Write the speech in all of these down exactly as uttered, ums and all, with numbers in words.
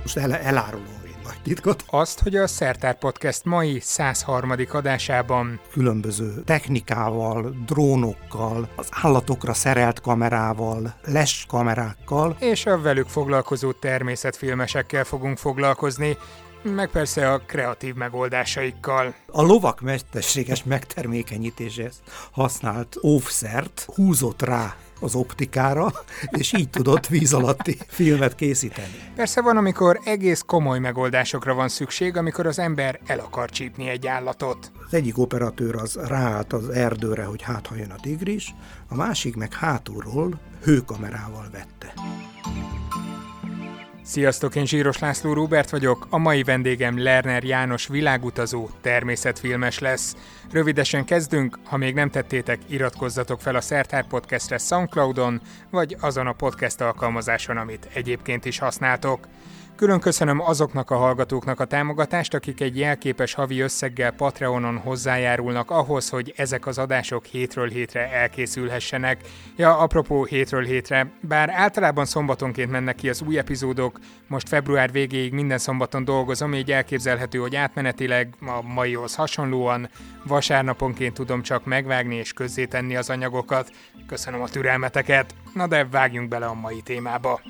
Most el, elárulom egy nagy titkot. Azt, hogy a Szertár Podcast mai száz harmadik adásában különböző technikával, drónokkal, az állatokra szerelt kamerával, les kamerákkal és a velük foglalkozó természetfilmesekkel fogunk foglalkozni, meg persze a kreatív megoldásaikkal. A lovak mesterséges megtermékenyítéshez használt óvszert húzott rá az optikára, és így tudott víz alatti filmet készíteni. Persze van, amikor egész komoly megoldásokra van szükség, amikor az ember el akar csípni egy állatot. Az egyik operatőr az ráállt az erdőre, hogy hát ha jön a tigris, a másik meg hátulról hőkamerával vette. Sziasztok, én Zsíros László Róbert vagyok, a mai vendégem Lerner János világutazó természetfilmes lesz. Rövidesen kezdünk, ha még nem tettétek, iratkozzatok fel a Szertár Podcastre SoundCloudon, vagy azon a podcast alkalmazáson, amit egyébként is használtok. Külön köszönöm azoknak a hallgatóknak a támogatást, akik egy jelképes havi összeggel Patreonon hozzájárulnak ahhoz, hogy ezek az adások hétről hétre elkészülhessenek. Ja, apropó hétről hétre, bár általában szombatonként mennek ki az új epizódok, most február végéig minden szombaton dolgozom, így elképzelhető, hogy átmenetileg a maihoz hasonlóan vasárnaponként tudom csak megvágni és közzétenni az anyagokat. Köszönöm a türelmeteket, na de vágjunk bele a mai témába.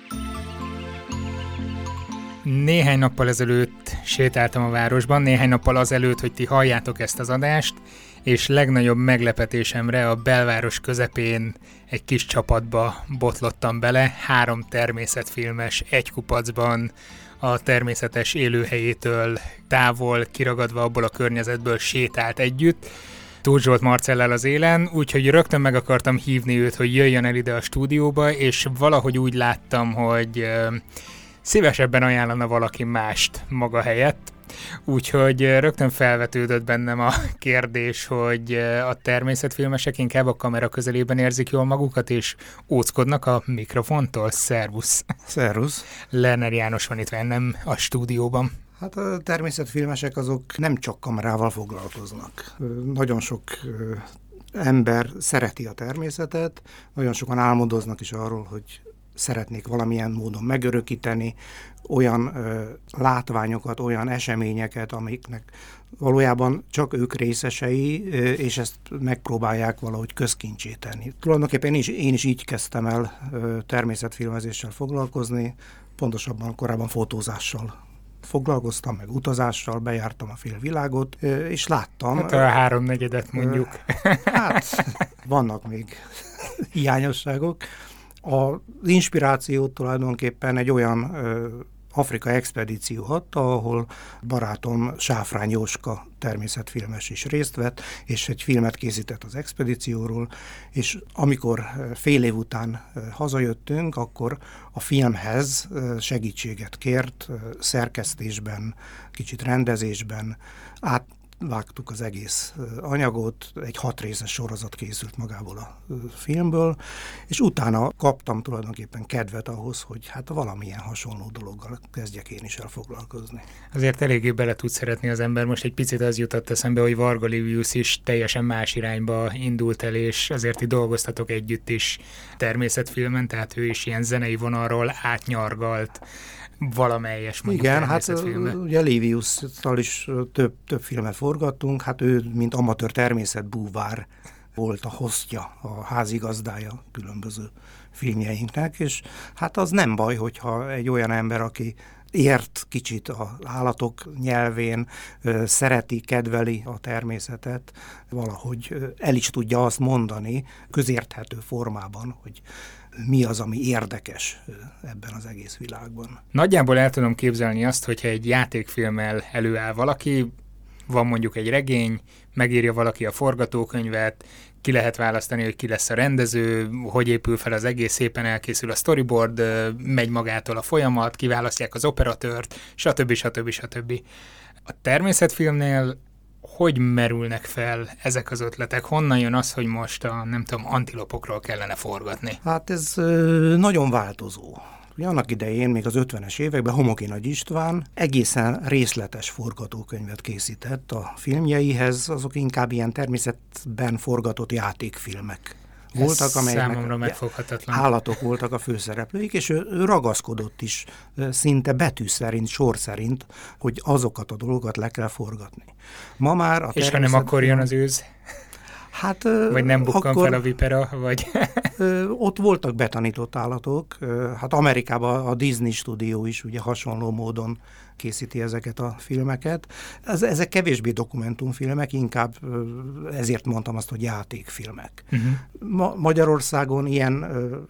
Néhány nappal ezelőtt sétáltam a városban, néhány nappal azelőtt, hogy ti halljátok ezt az adást, és legnagyobb meglepetésemre a belváros közepén egy kis csapatba botlottam bele, három természetfilmes egy kupacban, a természetes élőhelyétől távol, kiragadva abból a környezetből sétált együtt, Tóth Zsolt Marcellel az élen, úgyhogy rögtön meg akartam hívni őt, hogy jöjjön el ide a stúdióba, és valahogy úgy láttam, hogy szívesebben ajánlana valaki mást maga helyett, úgyhogy rögtön felvetődött bennem a kérdés, hogy a természetfilmesek inkább a kamera közelében érzik jól magukat, és óckodnak a mikrofontól. Szervusz! Szervusz! Lerner János van itt velem a stúdióban. Hát a természetfilmesek azok nem csak kamerával foglalkoznak. Nagyon sok ember szereti a természetet, nagyon sokan álmodoznak is arról, hogy szeretnék valamilyen módon megörökíteni olyan ö, látványokat, olyan eseményeket, amiknek valójában csak ők részesei, ö, és ezt megpróbálják valahogy közkincsé tenni. Tulajdonképpen én is, én is így kezdtem el ö, természetfilmezéssel foglalkozni, pontosabban korábban fotózással foglalkoztam, meg utazással, bejártam a félvilágot, ö, és láttam... Hát a háromnegyedet mondjuk. Ö, hát vannak még hiányosságok. Az inspirációt tulajdonképpen egy olyan ö, Afrika expedíció adta, ahol barátom Sáfrány Jóska természetfilmes is részt vett, és egy filmet készített az expedícióról, és amikor fél év után hazajöttünk, akkor a filmhez segítséget kért szerkesztésben, kicsit rendezésben, át vágtuk az egész anyagot, egy hat részes sorozat készült magából a filmből, és utána kaptam tulajdonképpen kedvet ahhoz, hogy hát valamilyen hasonló dologgal kezdjek én is el foglalkozni. Azért eléggé bele tud szeretni az ember, most egy picit az jutott eszembe, hogy Varga Livius is teljesen más irányba indult el, és azért ti dolgoztatok együtt is természetfilmen, tehát ő is ilyen zenei vonalról átnyargalt valamelyes mondjuk. Igen, hát ugye Liviusszal is több, több filmet forgattunk, hát ő, mint amatőr természetbúvár volt a hostja, a házigazdája különböző filmjeinknek, és hát az nem baj, hogyha egy olyan ember, aki ért kicsit az állatok nyelvén, szereti, kedveli a természetet, valahogy el is tudja azt mondani közérthető formában, hogy mi az, ami érdekes ebben az egész világban. Nagyjából el tudom képzelni azt, hogyha egy játékfilmmel előáll valaki, van mondjuk egy regény, megírja valaki a forgatókönyvet, ki lehet választani, hogy ki lesz a rendező, hogy épül fel az egész, szépen elkészül a storyboard, megy magától a folyamat, kiválasztják az operatőrt, stb. stb. stb. A természetfilmnél hogy merülnek fel ezek az ötletek? Honnan jön az, hogy most a, nem tudom, antilopokról kellene forgatni? Hát ez ö, nagyon változó. Ugye annak idején, még az ötvenes években Homoki Nagy István egészen részletes forgatókönyvet készített a filmjeihez, azok inkább ilyen természetben forgatott játékfilmek voltak, amelyeknek megfoghatatlan állatok voltak a főszereplőik, és ő, ő ragaszkodott is szinte betű szerint, sor szerint, hogy azokat a dolgokat le kell forgatni. Ma már a és ha nem, akkor jön az őz? Hát, vagy nem bukkan akkor, fel a vipera, vagy... ott voltak betanított állatok. Hát Amerikában a Disney stúdió is ugye hasonló módon készíti ezeket a filmeket. Ez, ezek kevésbé dokumentumfilmek, inkább ezért mondtam azt, hogy játékfilmek. Uh-huh. Ma, Magyarországon ilyen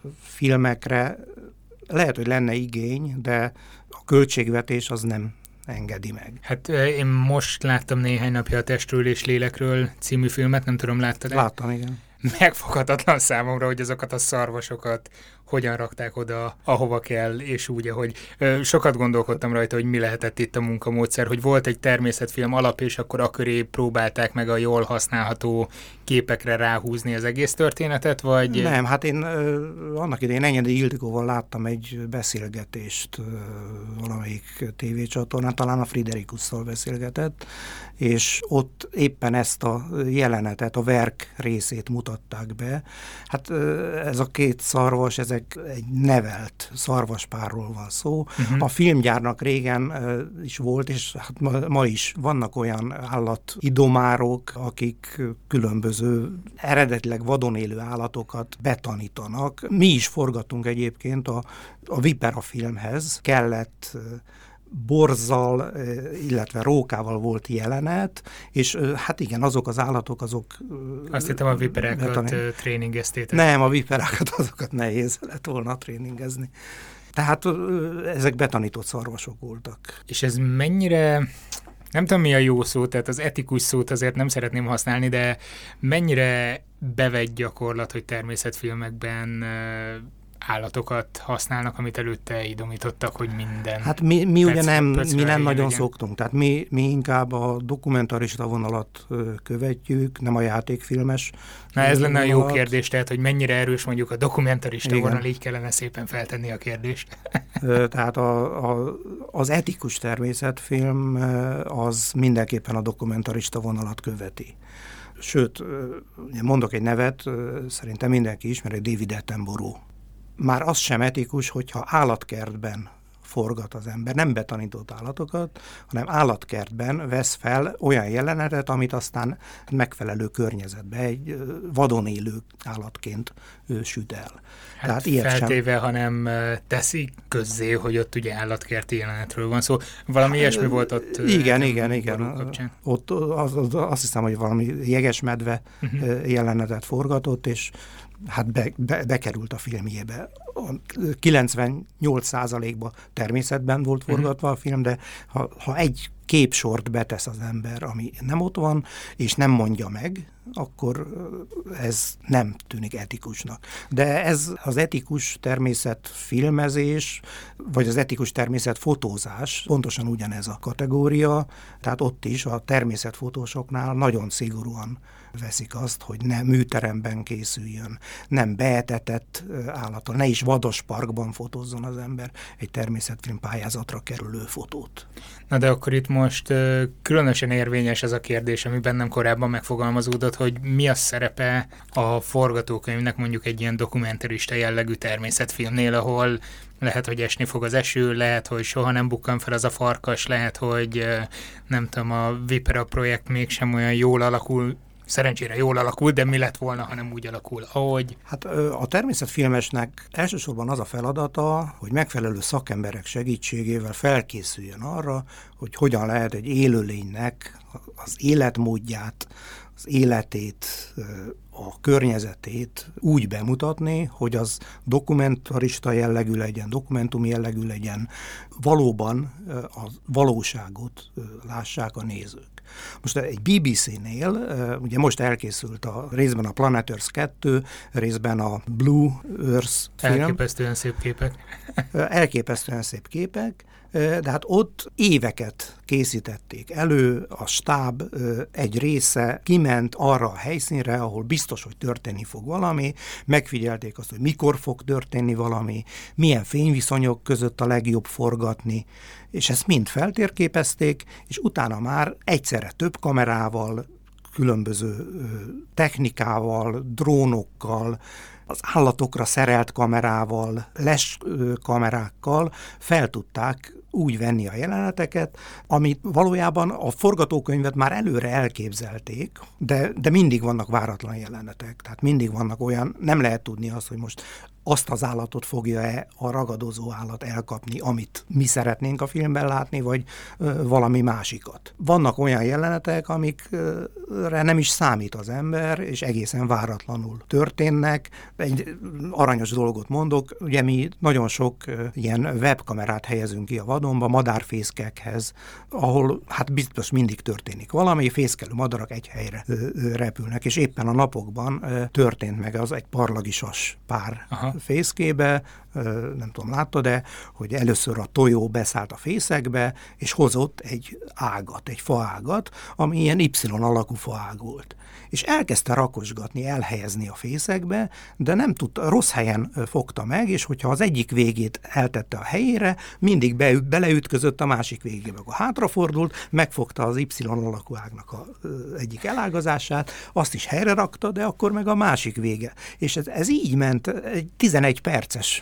filmekre lehet, hogy lenne igény, de a költségvetés az nem engedi meg. Hát én most láttam néhány napja a Testről és Lélekről című filmet, nem tudom, láttad? Láttam, igen. Megfoghatatlan számomra, hogy azokat a szarvasokat hogyan rakták oda, ahova kell, és úgy, ahogy ö, sokat gondolkodtam rajta, hogy mi lehetett itt a munkamódszer, hogy volt egy természetfilm alap, és akkor aköré próbálták meg a jól használható képekre ráhúzni az egész történetet, vagy... Nem, hát én ö, annak idején Enyedi Ildikóval láttam egy beszélgetést ö, valamelyik tévécsatornán, talán a Friderikusszal beszélgetett, és ott éppen ezt a jelenetet, a verk részét mutatták be. Hát ö, ez a két szarvas, ezek egy nevelt szarvaspárról van szó. Uh-huh. A filmgyárnak régen uh, is volt, és hát ma, ma is vannak olyan állatidomárok, akik különböző eredetileg vadon élő állatokat betanítanak. Mi is forgatunk egyébként a, a Vipera filmhez. Kellett uh, borzzal, illetve rókával volt jelenet, és hát igen, azok az állatok, azok... Azt hittem, a viperákat betani... tréningeztétek. Nem, a viperákat, azokat nehéz lett volna tréningezni. Tehát ezek betanított szarvasok voltak. És ez mennyire... Nem tudom, mi a jó szó, tehát az etikus szót azért nem szeretném használni, de mennyire bevett gyakorlat, hogy természetfilmekben állatokat használnak, amit előtte idomítottak, hogy minden... Hát mi, mi ugye nem, mi nem nagyon legyen. Szoktunk, tehát mi, mi inkább a dokumentarista vonalat követjük, nem a játékfilmes. Na ez lenne a jó kérdés, tehát hogy mennyire erős mondjuk a dokumentarista vonal, így kellene szépen feltenni a kérdést. Tehát a, a, az etikus természetfilm az mindenképpen a dokumentarista vonalat követi. Sőt, mondok egy nevet, szerintem mindenki ismeri, David Attenborough. Már az sem etikus, hogyha állatkertben forgat az ember, nem betanított állatokat, hanem állatkertben vesz fel olyan jelenetet, amit aztán megfelelő környezetbe, egy vadon élő állatként süt el. Hát Tehát ilyet feltéve, sem... ha nem teszi közzé, hogy ott ugye állatkerti jelenetről van szó. Valami hát, ilyesmi volt ott. Igen, igen, igen. Ott az, az, azt hiszem, hogy valami jegesmedve uh-huh. jelenetet forgatott, és hát be, be, bekerült a filmjébe. kilencvennyolc százalékban természetben volt forgatva a film, de ha, ha egy képsort betesz az ember, ami nem ott van, és nem mondja meg, akkor ez nem tűnik etikusnak. De ez az etikus természetfilmezés, vagy az etikus természetfotózás pontosan ugyanez a kategória, tehát ott is a természetfotósoknál nagyon szigorúan veszik azt, hogy ne műteremben készüljön, nem beetetett állaton, ne is vadas parkban fotózzon az ember egy természetfilm pályázatra kerülő fotót. Na de akkor itt most uh, különösen érvényes ez a kérdés, ami bennem korábban megfogalmazódott, hogy mi a szerepe a forgatókönyvnek mondjuk egy ilyen dokumentarista jellegű természetfilmnél, ahol lehet, hogy esni fog az eső, lehet, hogy soha nem bukkan fel az a farkas, lehet, hogy uh, nem tudom, a Vipera projekt mégsem olyan jól alakul, szerencsére jól alakul, de mi lett volna, ha nem úgy alakul, ahogy... Hát a természetfilmesnek elsősorban az a feladata, hogy megfelelő szakemberek segítségével felkészüljön arra, hogy hogyan lehet egy élőlénynek az életmódját, az életét, a környezetét úgy bemutatni, hogy az dokumentarista jellegű legyen, dokumentum jellegű legyen, valóban a valóságot lássák a nézők. Most egy bé bé cé-nél, ugye most elkészült a részben a Planet Earth kettő, részben a Blue Earth film. Elképesztően szép képek. Elképesztően szép képek, de hát ott éveket készítették elő, a stáb egy része kiment arra a helyszínre, ahol biztos, hogy történni fog valami, megfigyelték azt, hogy mikor fog történni valami, milyen fényviszonyok között a legjobb forgatni, és ezt mind feltérképezték, és utána már egyszerre több kamerával, különböző technikával, drónokkal, az állatokra szerelt kamerával, les kamerákkal fel tudták úgy venni a jeleneteket, amit valójában a forgatókönyvet már előre elképzelték, de, de mindig vannak váratlan jelenetek. Tehát mindig vannak olyan, nem lehet tudni azt, hogy most azt az állatot fogja-e a ragadozó állat elkapni, amit mi szeretnénk a filmben látni, vagy ö, valami másikat. Vannak olyan jelenetek, amikre nem is számít az ember, és egészen váratlanul történnek. Egy aranyos dolgot mondok, ugye mi nagyon sok ö, ilyen webkamerát helyezünk ki a vadonba, madárfészkekhez, ahol hát biztos mindig történik valami, fészkelő madarak egy helyre ö, ö, repülnek, és éppen a napokban ö, történt meg az egy parlagisas pár. Aha. Fészkébe, nem tudom, láttad-e, hogy először a tojó beszállt a fészekbe, és hozott egy ágat, egy faágat, ami ilyen Y alakú faág volt. És elkezdte rakosgatni, elhelyezni a fészekbe, de nem tudta, rossz helyen fogta meg, és hogyha az egyik végét eltette a helyére, mindig be, beleütközött a másik végébe. Akkor hátrafordult, megfogta az Y alakú ágnak a egyik elágazását, azt is helyre rakta, de akkor meg a másik vége. És ez, ez így ment, egy tizenegy perces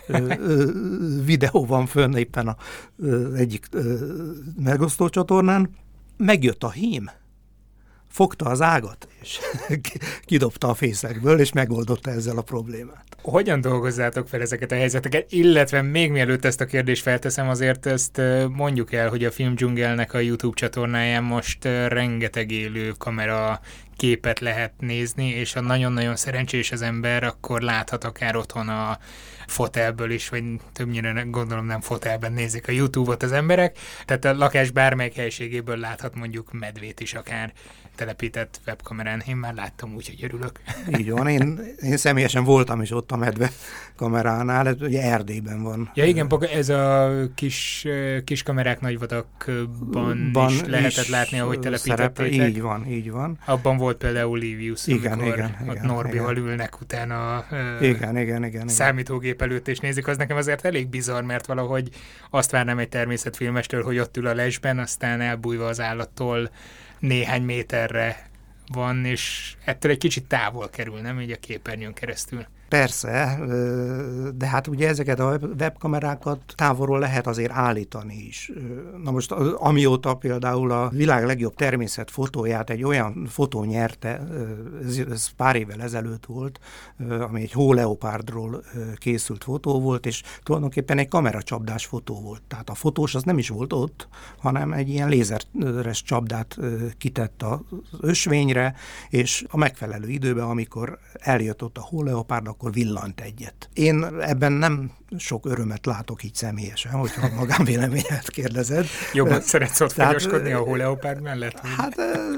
videó van fönn éppen a egyik megosztó csatornán. Megjött a hím, fogta az ágat, és kidobta a fészekből, és megoldotta ezzel a problémát. Hogyan dolgozzátok fel ezeket a helyzeteket? Illetve még mielőtt ezt a kérdést felteszem, azért ezt mondjuk el, hogy a Filmdzsungelnek a YouTube csatornáján most rengeteg élő kamera képet lehet nézni, és ha nagyon-nagyon szerencsés az ember, akkor láthat akár otthon a fotelből is, vagy többnyire gondolom nem fotelben nézik a YouTube-ot az emberek, tehát a lakás bármelyik helységéből láthat mondjuk medvét is akár telepített webkamerán. Én már láttam, úgyhogy örülök. Így van, én, én személyesen voltam is ott a medve kameránál, ez ugye Erdélyben van. Ja igen, ez a kis, kis kamerák nagyvadakban Ban is lehetett is látni, ahogy telepítettétek. Szerep, így van, így van. Abban volt például Livius, igen, amikor igen, ott igen, Norbival igen. ülnek utána igen, igen, igen, számítógép előtt és nézik, az nekem azért elég bizarr, mert valahogy azt várnám egy természetfilmestől, hogy ott ül a lesben, aztán elbújva az állattól néhány méterre van, és ettől egy kicsit távol kerül, nem így a képernyőn keresztül. Persze, de hát ugye ezeket a webkamerákat távolról lehet azért állítani is. Na most amióta például a világ legjobb természetfotóját egy olyan fotó nyerte, ez, ez pár évvel ezelőtt volt, ami egy hóleopárdról készült fotó volt, és tulajdonképpen egy kameracsapdás fotó volt. Tehát a fotós az nem is volt ott, hanem egy ilyen lézeres csapdát kitett az ösvényre, és a megfelelő időben, amikor eljött ott a hóleopárd, akkor villant egyet. Én ebben nem sok örömet látok így személyesen, hogyha magánvéleményet kérdezed. Jobban szeretsz ott fogyaskodni a hóleopárd mellett? Hát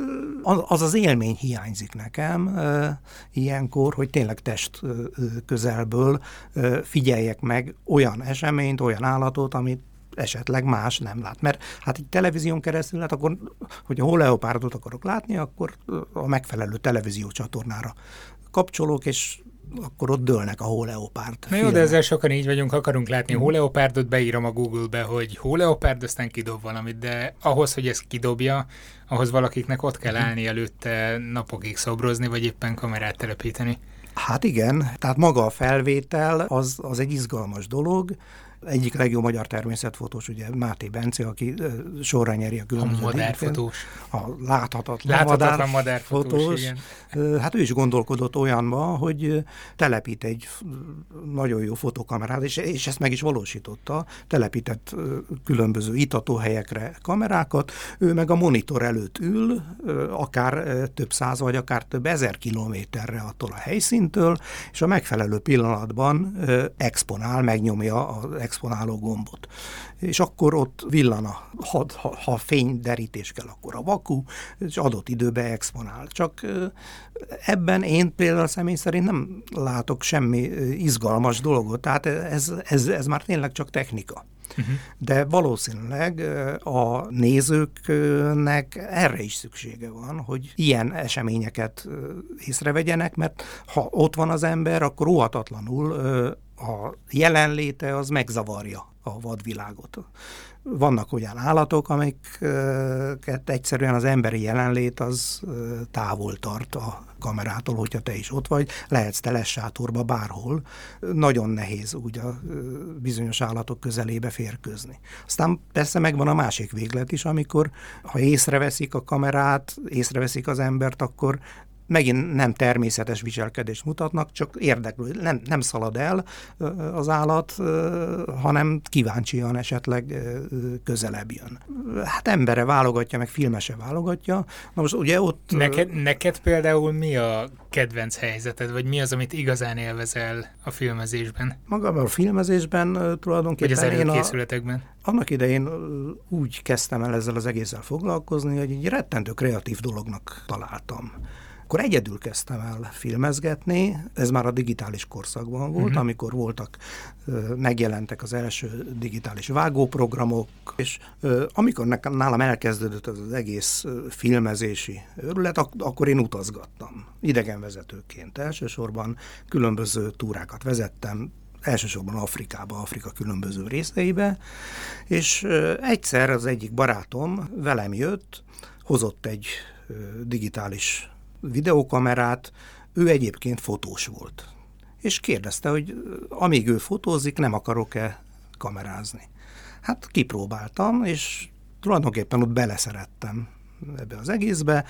az az élmény hiányzik nekem ilyenkor, hogy tényleg test közelből figyeljek meg olyan eseményt, olyan állatot, amit esetleg más nem lát. Mert hát így televízión keresztül, hát akkor, hogy a hóleopárdot akarok látni, akkor a megfelelő televízió csatornára kapcsolok, és akkor ott dőlnek a hóleopárd. Na jó, de ezzel sokan így vagyunk, akarunk látni a hóleopárdot, beírom a Google-be, hogy hóleopárd, aztán kidob valamit, de ahhoz, hogy ezt kidobja, ahhoz valakiknek ott kell állni előtte napokig szobrozni, vagy éppen kamerát telepíteni. Hát igen, tehát maga a felvétel az, az egy izgalmas dolog. Egyik legjobb magyar természetfotós, ugye Máté Bence, aki uh, sorra nyeri a különböző... A madárfotós. A láthatatlan, láthatatlan madárfotós. madárfotós, igen. Uh, hát ő is gondolkodott olyanba, hogy uh, telepít egy nagyon jó fotokamerát, és, és ezt meg is valósította. Telepített uh, különböző itatóhelyekre kamerákat, ő meg a monitor előtt ül, uh, akár uh, több száz, vagy akár több ezer kilométerre attól a helyszíntől, és a megfelelő pillanatban uh, exponál, megnyomja az exponáló gombot. És akkor ott villan, a, ha, ha, ha fényderítés kell, akkor a vaku, és adott időben exponál. Csak ebben én például személy szerint nem látok semmi izgalmas dolgot, tehát ez, ez, ez már tényleg csak technika. Uh-huh. De valószínűleg a nézőknek erre is szüksége van, hogy ilyen eseményeket észrevegyenek, mert ha ott van az ember, akkor óhatatlanul a jelenléte az megzavarja a vadvilágot. Vannak olyan állatok, amiket egyszerűen az emberi jelenlét az távol tart a kamerától, hogyha te is ott vagy, lehetsz teles sátorba bárhol. Nagyon nehéz úgy a bizonyos állatok közelébe férkőzni. Aztán persze megvan a másik véglet is, amikor ha észreveszik a kamerát, észreveszik az embert, akkor megint nem természetes viselkedést mutatnak, csak érdeklő, nem, nem szalad el az állat, hanem kíváncsian esetleg közelebb jön. Hát embere válogatja, meg filmese válogatja. Na most ugye ott... Neked, neked például mi a kedvenc helyzeted, vagy mi az, amit igazán élvezel a filmezésben? Magában a filmezésben tulajdonképpen... Vagy az előkészületekben? Annak idején úgy kezdtem el ezzel az egésszel foglalkozni, hogy egy rettentő kreatív dolognak találtam. Akkor egyedül kezdtem el filmezgetni, ez már a digitális korszakban volt, uh-huh. amikor voltak, megjelentek az első digitális vágóprogramok, és amikor nálam elkezdődött az, az egész filmezési őrület, ak- akkor én utazgattam, idegenvezetőként. Elsősorban különböző túrákat vezettem, elsősorban Afrikába, Afrika különböző részeibe, és egyszer az egyik barátom velem jött, hozott egy digitális videókamerát, ő egyébként fotós volt. És kérdezte, hogy amíg ő fotózik, nem akarok-e kamerázni. Hát kipróbáltam, és tulajdonképpen ott beleszerettem ebbe az egészbe.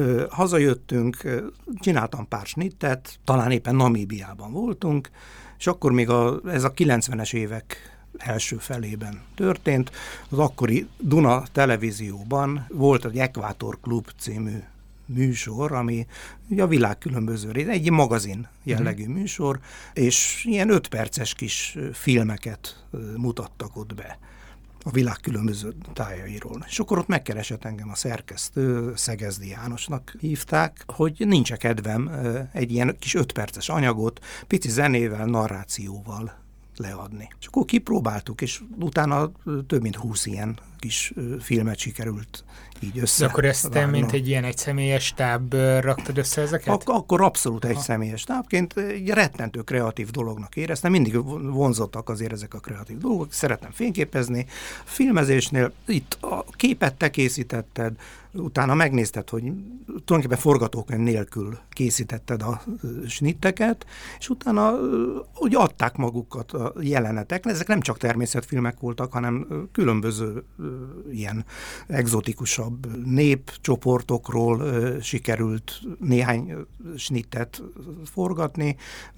Hazajöttünk, csináltam pár snittet, talán éppen Namíbiában voltunk, és akkor még a, ez a kilencvenes évek első felében történt. Az akkori Duna televízióban volt egy Ekvátor Klub című műsor, ami ugye a világ különböző rész, egy magazin jellegű uh-huh. műsor, és ilyen öt perces kis filmeket mutattak ott be a világ különböző tájairól. És akkor ott megkeresett engem a szerkesztő, Szegezdi Jánosnak hívták, hogy nincs kedvem egy ilyen kis öt perces anyagot, pici zenével, narrációval leadni. És akkor kipróbáltuk, és utána több mint húsz ilyen kis filmet sikerült így össze. De akkor ezt te, mint egy ilyen egyszemélyes stáb raktad össze ezeket? Ak- akkor abszolút egyszemélyes stábként egy rettentő kreatív dolognak éreztem. Mindig vonzottak azért ezek a kreatív dolgok. Szeretem fényképezni. Filmezésnél itt a képet te készítetted, utána megnézted, hogy tulajdonképpen forgatókönyv nélkül készítetted a snitteket, és utána úgy adták magukat a jelenetek. Ezek nem csak természetfilmek voltak, hanem különböző ilyen egzotikusabb népcsoportokról sikerült néhány snittet forgatni.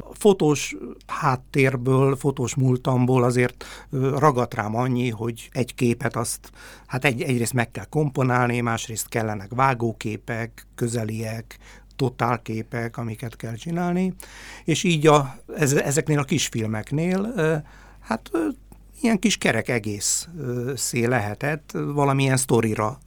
Fotós háttérből, fotós múltamból azért ragadt rám annyi, hogy egy képet azt, hát egy, egyrészt meg kell komponálni, másrészt kellenek vágóképek, közeliek, totálképek, amiket kell csinálni, és így a, ezeknél a kisfilmeknél hát ilyen kis kerek egész szé lehetett valamilyen sztorira,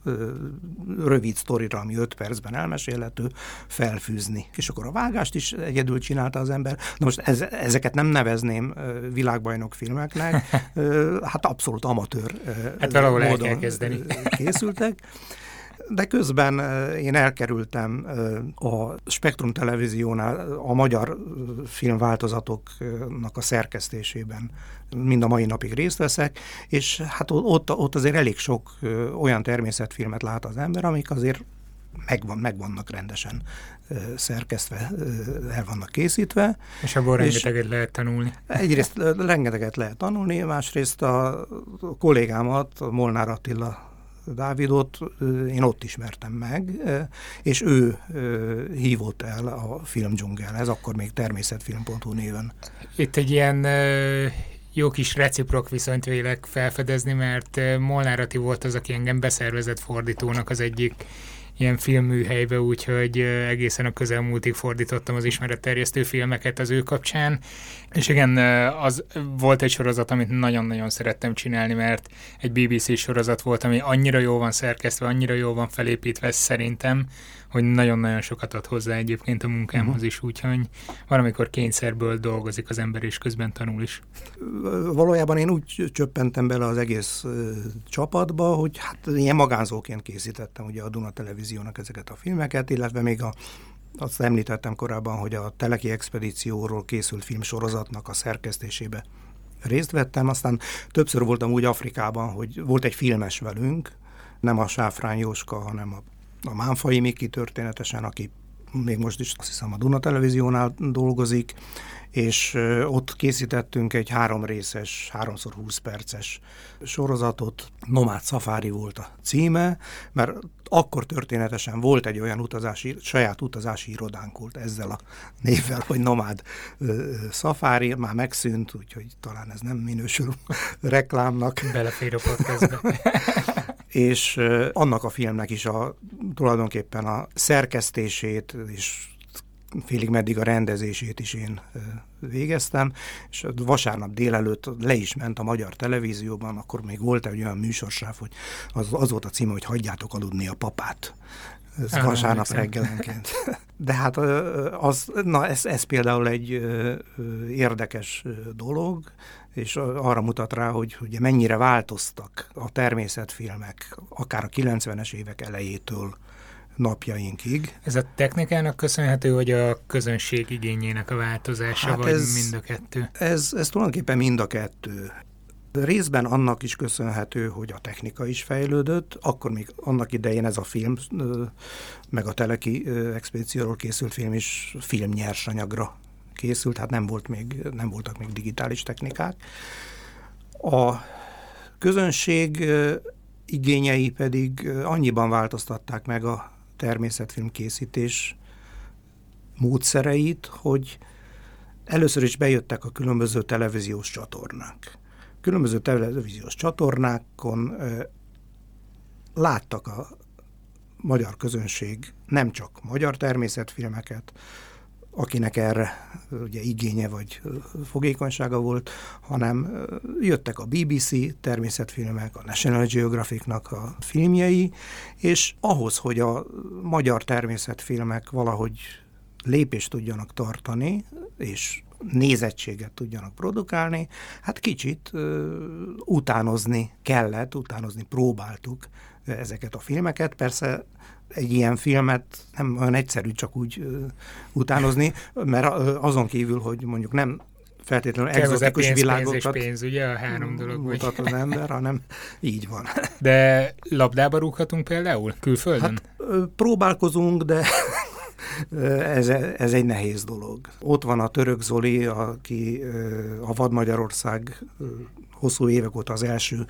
rövid sztorira, ami öt percben elmesélhető, felfűzni. És akkor a vágást is egyedül csinálta az ember. Na most ez, ezeket nem nevezném világbajnok filmeknek, hát abszolút amatőr hát valahol el kell kezdeni. Készültek. De közben én elkerültem a Spektrum Televíziónál a magyar filmváltozatoknak a szerkesztésében. Mind a mai napig részt veszek, és hát ott, ott azért elég sok olyan természetfilmet lát az ember, amik azért megvan, megvannak rendesen szerkesztve, el vannak készítve. És abból rengeteget lehet tanulni. Egyrészt rengeteget lehet tanulni, másrészt a kollégámat, a Molnár Attila Dávidot én ott ismertem meg, és ő hívott el a Filmdzsungelhez, akkor még természetfilm pont hu néven. Itt egy ilyen jó kis reciprok viszonyt vélek felfedezni, mert Molnár Ati volt az, aki engem beszervezett fordítónak az egyik ilyen filmműhelybe, úgyhogy egészen a közelmúltig fordítottam az ismeretterjesztő filmeket az ő kapcsán. És igen, az volt egy sorozat, amit nagyon-nagyon szerettem csinálni, mert egy bé bé cé sorozat volt, ami annyira jól van szerkesztve, annyira jól van felépítve szerintem, hogy nagyon-nagyon sokat ad hozzá egyébként a munkámhoz is, úgyhogy valamikor kényszerből dolgozik az ember, és közben tanul is. Valójában én úgy csöppentem bele az egész csapatba, hogy hát ilyen magánzóként készítettem ugye a Duna Televíziónak ezeket a filmeket, illetve még a azt említettem korábban, hogy a Teleki Expedícióról készült filmsorozatnak a szerkesztésébe részt vettem, aztán többször voltam úgy Afrikában, hogy volt egy filmes velünk, nem a Sáfrán Jóska, hanem a, a Mánfai Miki történetesen, aki még most is azt hiszem a Duna Televíziónál dolgozik, és ott készítettünk egy három részes, háromszor húsz perces sorozatot. Nomád Szafári volt a címe, mert akkor történetesen volt egy olyan utazási, saját utazási irodánk volt ezzel a névvel, hogy Nomád Szafári, már megszűnt, úgyhogy talán ez nem minősül reklámnak. Belefér a podcastbe. És annak a filmnek is a, tulajdonképpen a szerkesztését és félig meddig a rendezését is én végeztem, és vasárnap délelőtt le is ment a Magyar Televízióban, akkor még volt egy olyan műsorsáv, hogy az, az volt a címe, hogy hagyjátok aludni a papát. Ez ah, vasárnap reggelenként. De hát az, na ez, ez például egy érdekes dolog, és arra mutat rá, hogy ugye mennyire változtak a természetfilmek, akár a kilencvenes évek elejétől napjainkig. Ez a technikának köszönhető, hogy a közönség igényének a változása, hát vagy ez, mind a kettő? Ez, ez tulajdonképpen mind a kettő. Részben annak is köszönhető, hogy a technika is fejlődött, akkor még annak idején ez a film, meg a Teleki Expedícióról készült film is filmnyersanyagra készült, hát nem, volt még, nem voltak még digitális technikák. A közönség igényei pedig annyiban változtatták meg a természetfilm készítés módszereit, hogy először is bejöttek a különböző televíziós csatornák. Különböző televíziós csatornákon láttak a magyar közönség nem csak magyar természetfilmeket, akinek erre ugye igénye vagy fogékonysága volt, hanem jöttek a bé bé cé természetfilmek, a National Geographicnak a filmjei, és ahhoz, hogy a magyar természetfilmek valahogy lépést tudjanak tartani, és nézettséget tudjanak produkálni, hát kicsit uh, utánozni kellett, utánozni próbáltuk ezeket a filmeket. Persze egy ilyen filmet nem olyan egyszerű csak úgy uh, utánozni, mert uh, azon kívül, hogy mondjuk nem feltétlenül egzotikus pénz, világokat pénz és pénz, ugye a három dolog mutat az ember, hanem így van. De labdába rúghatunk például külföldön? Hát próbálkozunk, de ez, ez egy nehéz dolog. Ott van a Török Zoli, aki a Vad Magyarország hosszú évek óta az első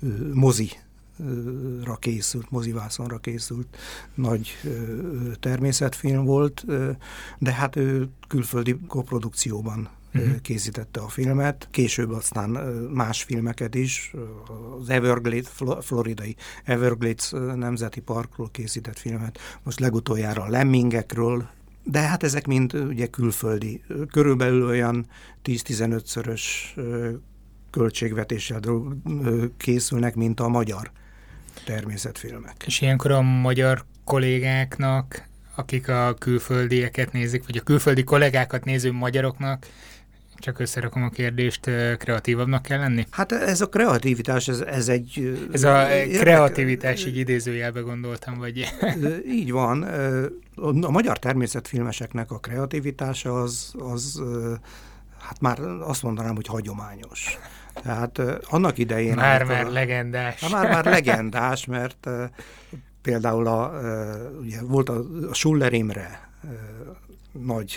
mozira készült, mozivászonra készült nagy természetfilm volt, de hát ő külföldi koprodukcióban uh-huh. készítette a filmet. Később aztán más filmeket is, az Everglades, floridai Everglades Nemzeti Parkról készített filmet, most legutoljára a lemmingekről, de hát ezek mind ugye külföldi, körülbelül olyan tíz-tizenötszörös költségvetéssel készülnek, mint a magyar természetfilmek. És ilyenkor a magyar kollégáknak, akik a külföldieket nézik, vagy a külföldi kollégákat néző magyaroknak, csak összerakom a kérdést, kreatívabbnak kell lenni? Hát ez a kreativitás, ez, ez egy... Ez a kreativitás, így idézőjelbe gondoltam, vagy... Így van. A magyar természetfilmeseknek a kreativitása az, az hát már azt mondanám, hogy hagyományos. Tehát annak idején... Már-már legendás. Hát már-már legendás, mert például a, ugye volt a, a Schuller Imre nagy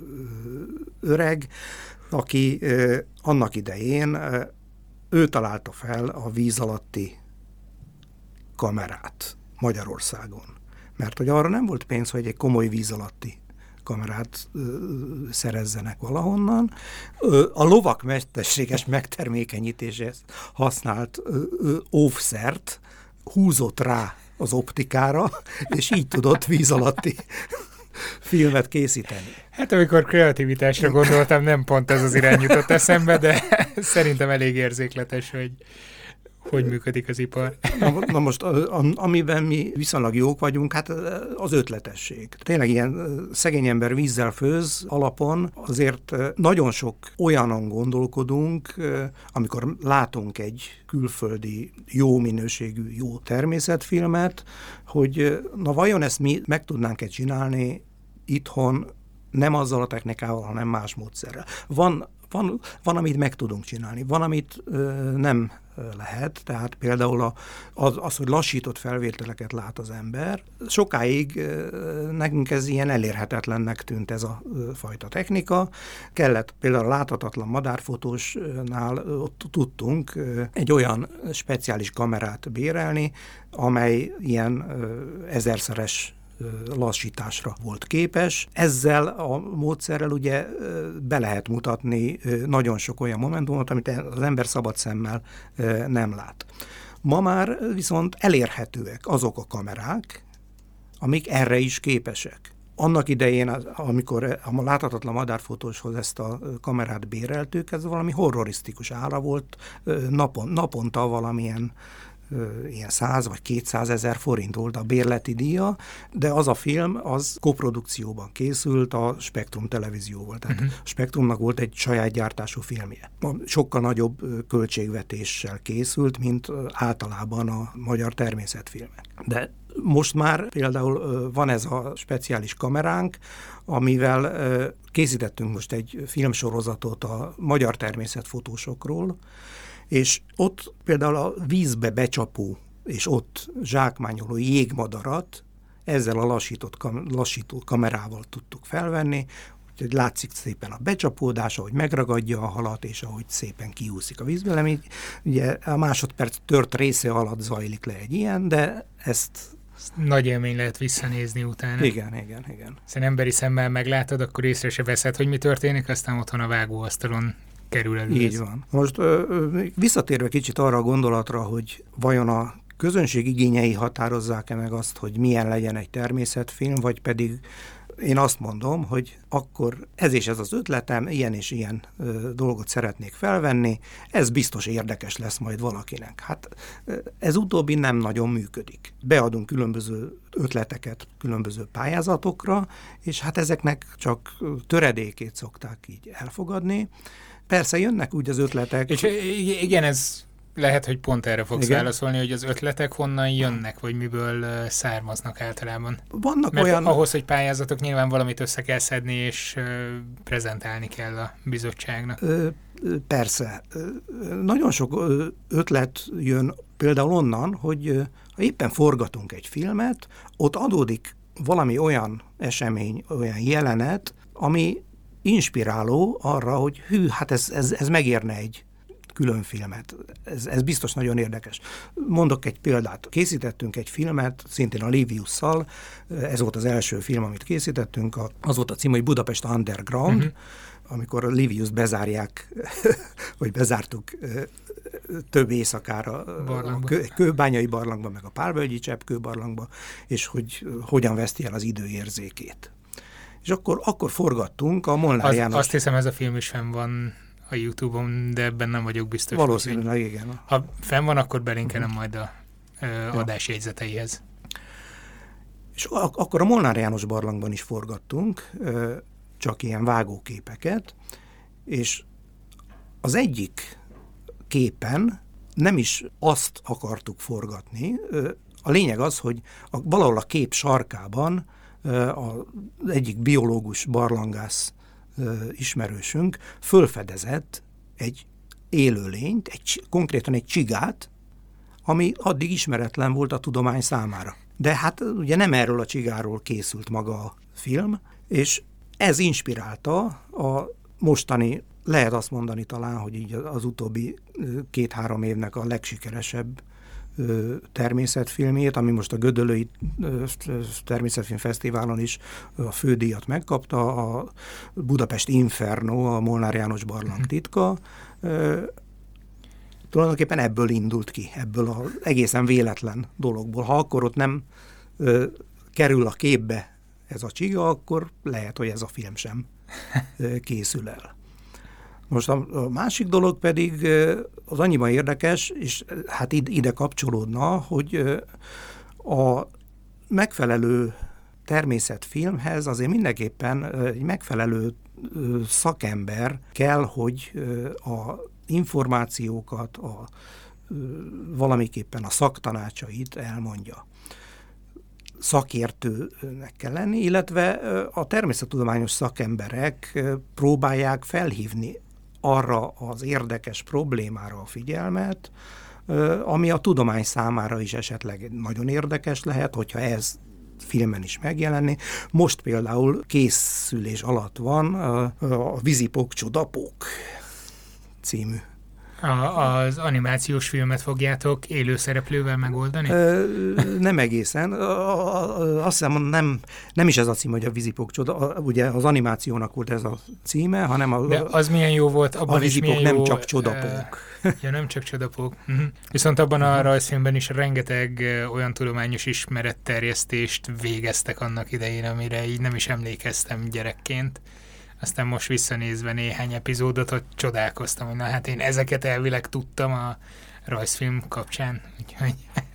öreg, aki annak idején ő találta fel a víz alatti kamerát Magyarországon. Mert hogy arra nem volt pénz, hogy egy komoly víz alatti kamerát ö, szerezzenek valahonnan. Ö, a lovak mesterséges megtermékenyítéshez használt ö, ö, óvszert húzott rá az optikára, és így tudott víz alatti filmet készíteni. Hát amikor kreativitásra gondoltam, nem pont ez az irány jutott eszembe, de szerintem elég érzékletes, hogy hogy működik az ipar. Na, na most, amiben mi viszonylag jók vagyunk, hát az ötletesség. Tényleg ilyen szegény ember vízzel főz alapon, azért nagyon sok olyanon gondolkodunk, amikor látunk egy külföldi jó minőségű, jó természetfilmet, hogy na vajon ezt mi meg tudnánk-e csinálni itthon nem azzal a technikával, hanem más módszerrel. Van, van, van amit meg tudunk csinálni, van, amit ö, nem lehet, tehát például a, az, az, hogy lassított felvételeket lát az ember. Sokáig ö, nekünk ez ilyen elérhetetlennek tűnt ez a ö, fajta technika. Kellett például a láthatatlan madárfotósnál ott tudtunk ö, egy olyan speciális kamerát bérelni, amely ilyen ö, ezerszeres lassításra volt képes. Ezzel a módszerrel ugye be lehet mutatni nagyon sok olyan momentumot, amit az ember szabad szemmel nem lát. Ma már viszont elérhetőek azok a kamerák, amik erre is képesek. Annak idején, amikor a láthatatlan madárfotóshoz ezt a kamerát béreltük, ez valami horrorisztikus ára volt, napon, naponta valamilyen ilyen száz vagy kétszázezer forint volt a bérleti díja, de az a film, az koprodukcióban készült a Spektrum televízióval. Tehát uh-huh. a Spektrumnak volt egy saját gyártású filmje. Sokkal nagyobb költségvetéssel készült, mint általában a magyar természetfilmek. De most már például van ez a speciális kameránk, amivel készítettünk most egy filmsorozatot a magyar természetfotósokról, és ott például a vízbe becsapó és ott zsákmányoló jégmadarat ezzel a lassított kam- lassító kamerával tudtuk felvenni, úgyhogy látszik szépen a becsapódás, ahogy megragadja a halat, és ahogy szépen kiúszik a vízbe, ami ugye a másodperc tört része alatt zajlik le egy ilyen, de ezt... Nagy élmény lehet visszanézni utána. Igen, igen, igen. Szóval emberi szemmel meglátod, akkor észre se veszed, hogy mi történik, aztán otthon a vágóasztalon kerül elő. Így van. Most ö, visszatérve kicsit arra a gondolatra, hogy vajon a közönség igényei határozzák-e meg azt, hogy milyen legyen egy természetfilm, vagy pedig én azt mondom, hogy akkor ez és ez az ötletem, ilyen és ilyen ö, dolgot szeretnék felvenni, ez biztos érdekes lesz majd valakinek. Hát ez utóbbi nem nagyon működik. Beadunk különböző ötleteket különböző pályázatokra, és hát ezeknek csak töredékét szokták így elfogadni. Persze jönnek úgy az ötletek. És igen, ez lehet, hogy pont erre fogsz igen. válaszolni, hogy az ötletek honnan jönnek, vagy miből származnak általában. Vannak Mert olyan... ahhoz, hogy pályázatok, nyilván valamit össze kell szedni, és prezentálni kell a bizottságnak. Persze. Nagyon sok ötlet jön például onnan, hogy ha éppen forgatunk egy filmet, ott adódik valami olyan esemény, olyan jelenet, ami inspiráló arra, hogy hű, hát ez, ez, ez megérne egy külön filmet. Ez, ez biztos nagyon érdekes. Mondok egy példát. Készítettünk egy filmet, szintén a Liviusszal, ez volt az első film, amit készítettünk, az volt a cím, hogy Budapest Underground, uh-huh. amikor a Liviuszt bezárják, vagy bezártuk több éjszakára a kő, kőbányai barlangba, meg a Pálvölgyi cseppkőbarlangba, és hogy hogyan veszti el az időérzékét. És akkor, akkor forgattunk a Molnár az, János... Azt hiszem, ez a film is fenn van a YouTube-on, de ebben nem vagyok biztos. Valószínűleg, hogy... igen. Ha fenn van, akkor belinkelem majd a ö, adásjegyzeteihez. És ak- akkor a Molnár János barlangban is forgattunk, ö, csak ilyen vágóképeket, és az egyik képen nem is azt akartuk forgatni. Ö, a lényeg az, hogy a, valahol a kép sarkában az egyik biológus barlangász ismerősünk fölfedezett egy élőlényt, egy, konkrétan egy csigát, ami addig ismeretlen volt a tudomány számára. De hát ugye nem erről a csigáról készült maga a film, és ez inspirálta a mostani, lehet azt mondani talán, hogy így az utóbbi két-három évnek a legsikeresebb természetfilmét, ami most a Gödöllői Természetfilmfesztiválon is a fődíjat megkapta, a Budapest Inferno, a Molnár János barlang titka. Tulajdonképpen ebből indult ki, ebből az egészen véletlen dologból. Ha akkor ott nem kerül a képbe ez a csiga, akkor lehet, hogy ez a film sem készül el. Most a másik dolog pedig az annyiban érdekes, és hát ide kapcsolódna, hogy a megfelelő természetfilmhez azért mindenképpen egy megfelelő szakember kell, hogy a információkat, a, valamiképpen a szaktanácsait elmondja. szakértőnek kell lenni, illetve a természettudományos szakemberek próbálják felhívni arra az érdekes problémára a figyelmet, ami a tudomány számára is esetleg nagyon érdekes lehet, hogyha ez filmen is megjelenni. Most például készülés alatt van a Vízipók Csodapók című. A, az animációs filmet fogjátok élő szereplővel megoldani? Ö, nem egészen. Azt hiszem, nem, nem is ez a cím, hogy a Vízipók Csoda. Ugye az animációnak volt ez a címe, hanem a... De az milyen jó volt, abban a Vízipók is nem jó, csak csodapók. Ja, nem csak csodapók. Uh-huh. Viszont abban a rajzfilmben is rengeteg olyan tudományos ismeretterjesztést végeztek annak idején, amire így nem is emlékeztem gyerekként. Aztán most visszanézve néhány epizódot, hogy csodálkoztam, hogy na hát én ezeket elvileg tudtam a rajzfilm kapcsán. Úgyhogy...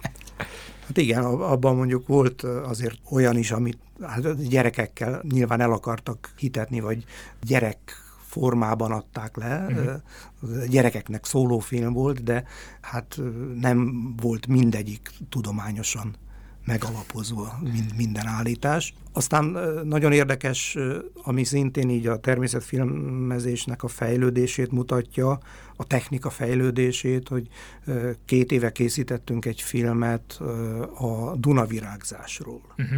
Hát igen, abban mondjuk volt azért olyan is, amit hát gyerekekkel nyilván el akartak hitetni, vagy gyerek formában adták le. Uh-huh. Gyerekeknek szóló film volt, de hát nem volt mindegyik tudományosan megalapozva minden állítás. Aztán nagyon érdekes, ami szintén így a természetfilmezésnek a fejlődését mutatja, a technika fejlődését, hogy két éve készítettünk egy filmet a Dunavirágzásról. Uh-huh.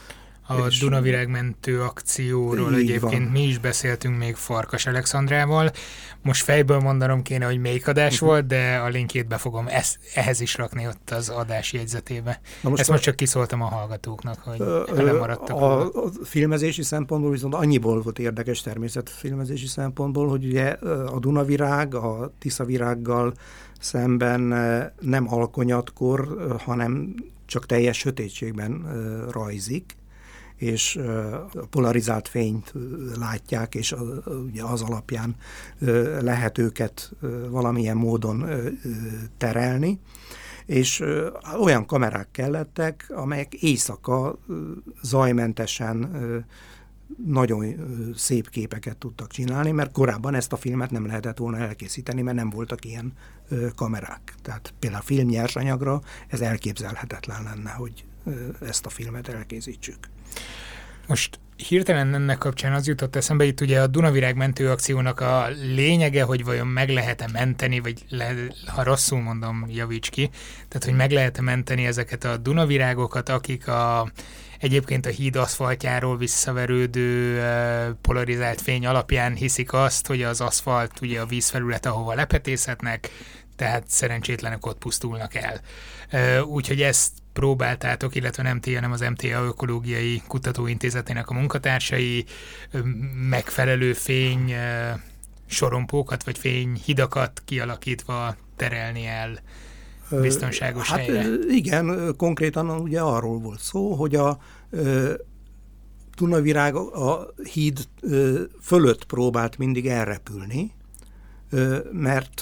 A és Dunavirágmentő akcióról egyébként van. Mi is beszéltünk még Farkas Alexandrával. Most fejből mondanom kéne, hogy melyik adás uh-huh. volt, de a linkjét be fogom ezt, ehhez is rakni ott az adás jegyzetébe. Most Ezt a... most csak kiszóltam a hallgatóknak, hogy lemaradtak. A, a filmezési szempontból viszont annyiból volt érdekes természetfilmezési szempontból, hogy ugye a Dunavirág a Tiszavirággal szemben nem alkonyatkor, hanem csak teljes sötétségben rajzik, és a polarizált fényt látják, és ugye az alapján lehet őket valamilyen módon terelni, és olyan kamerák kellettek, amelyek éjszaka zajmentesen nagyon szép képeket tudtak csinálni, mert korábban ezt a filmet nem lehetett volna elkészíteni, mert nem voltak ilyen kamerák. Tehát például filmnyersanyagra ez elképzelhetetlen lenne, hogy ezt a filmet elkészítsük. Most hirtelen ennek kapcsán az jutott eszembe, itt ugye a Dunavirág mentő akciónak a lényege, hogy vajon meg lehet-e menteni, vagy le, ha rosszul mondom, javíts ki, tehát hogy meg lehet-e menteni ezeket a Dunavirágokat, akik a, egyébként a híd aszfaltjáról visszaverődő polarizált fény alapján hiszik azt, hogy az aszfalt ugye a vízfelület, ahova lepetészhetnek, tehát szerencsétlenek ott pusztulnak el. Úgyhogy ezt próbáltátok, illetve nem ti, hanem az em té á Ökológiai Kutatóintézetének a munkatársai megfelelő fény sorompókat, vagy fényhidakat kialakítva terelni el biztonságos hát helyre. Igen, konkrétan ugye arról volt szó, hogy a Dunavirág a híd fölött próbált mindig elrepülni, mert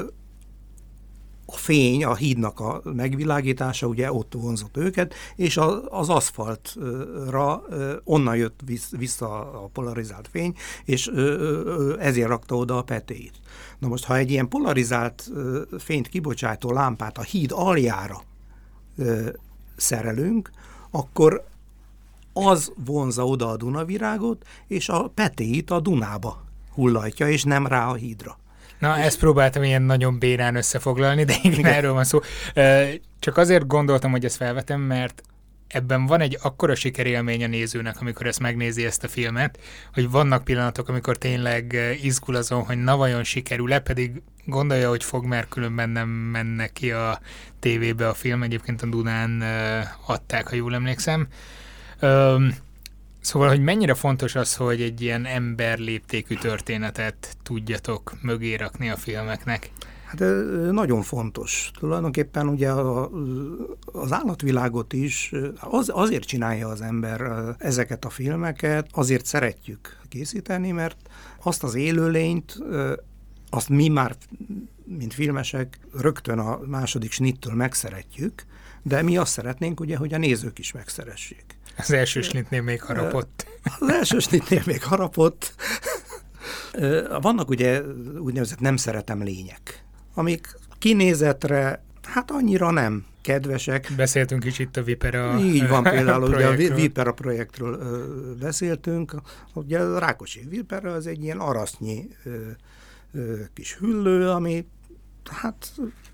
a fény, a hídnak a megvilágítása ugye ott vonzott őket, és az aszfaltra onnan jött vissza a polarizált fény, és ezért rakta oda a petéit. Na most, ha egy ilyen polarizált fényt kibocsátó lámpát a híd aljára szerelünk, akkor az vonza oda a Dunavirágot, és a petéit a Dunába hullatja, és nem rá a hídra. Na, ezt próbáltam ilyen nagyon bérán összefoglalni, de igen, igen, erről van szó. Csak azért gondoltam, hogy ezt felvetem, mert ebben van egy akkora sikerélmény a nézőnek, amikor ezt megnézi ezt a filmet, hogy vannak pillanatok, amikor tényleg izgul azon, hogy na vajon sikerül-e, pedig gondolja, hogy fog, mert különben nem menne ki a tévébe a film. Egyébként a Dunán adták, ha jól emlékszem. Szóval, hogy mennyire fontos az, hogy egy ilyen emberléptékű történetet tudjatok mögé rakni a filmeknek? Hát nagyon fontos. Tulajdonképpen ugye az állatvilágot is az, azért csinálja az ember ezeket a filmeket, azért szeretjük készíteni, mert azt az élőlényt, azt mi már, mint filmesek, rögtön a második snittől megszeretjük, de mi azt szeretnénk, ugye, hogy a nézők is megszeressék. Az első snittnél még harapott. Az első snittnél még harapott. Vannak ugye úgynevezett nem szeretem lények, amik kinézetre hát annyira nem kedvesek. Beszéltünk is itt a Vipera Így van, például ugye a Vipera projektről ö, beszéltünk. Ugye a Rákosi Vipera az egy ilyen arasznyi ö, ö, kis hüllő, ami hát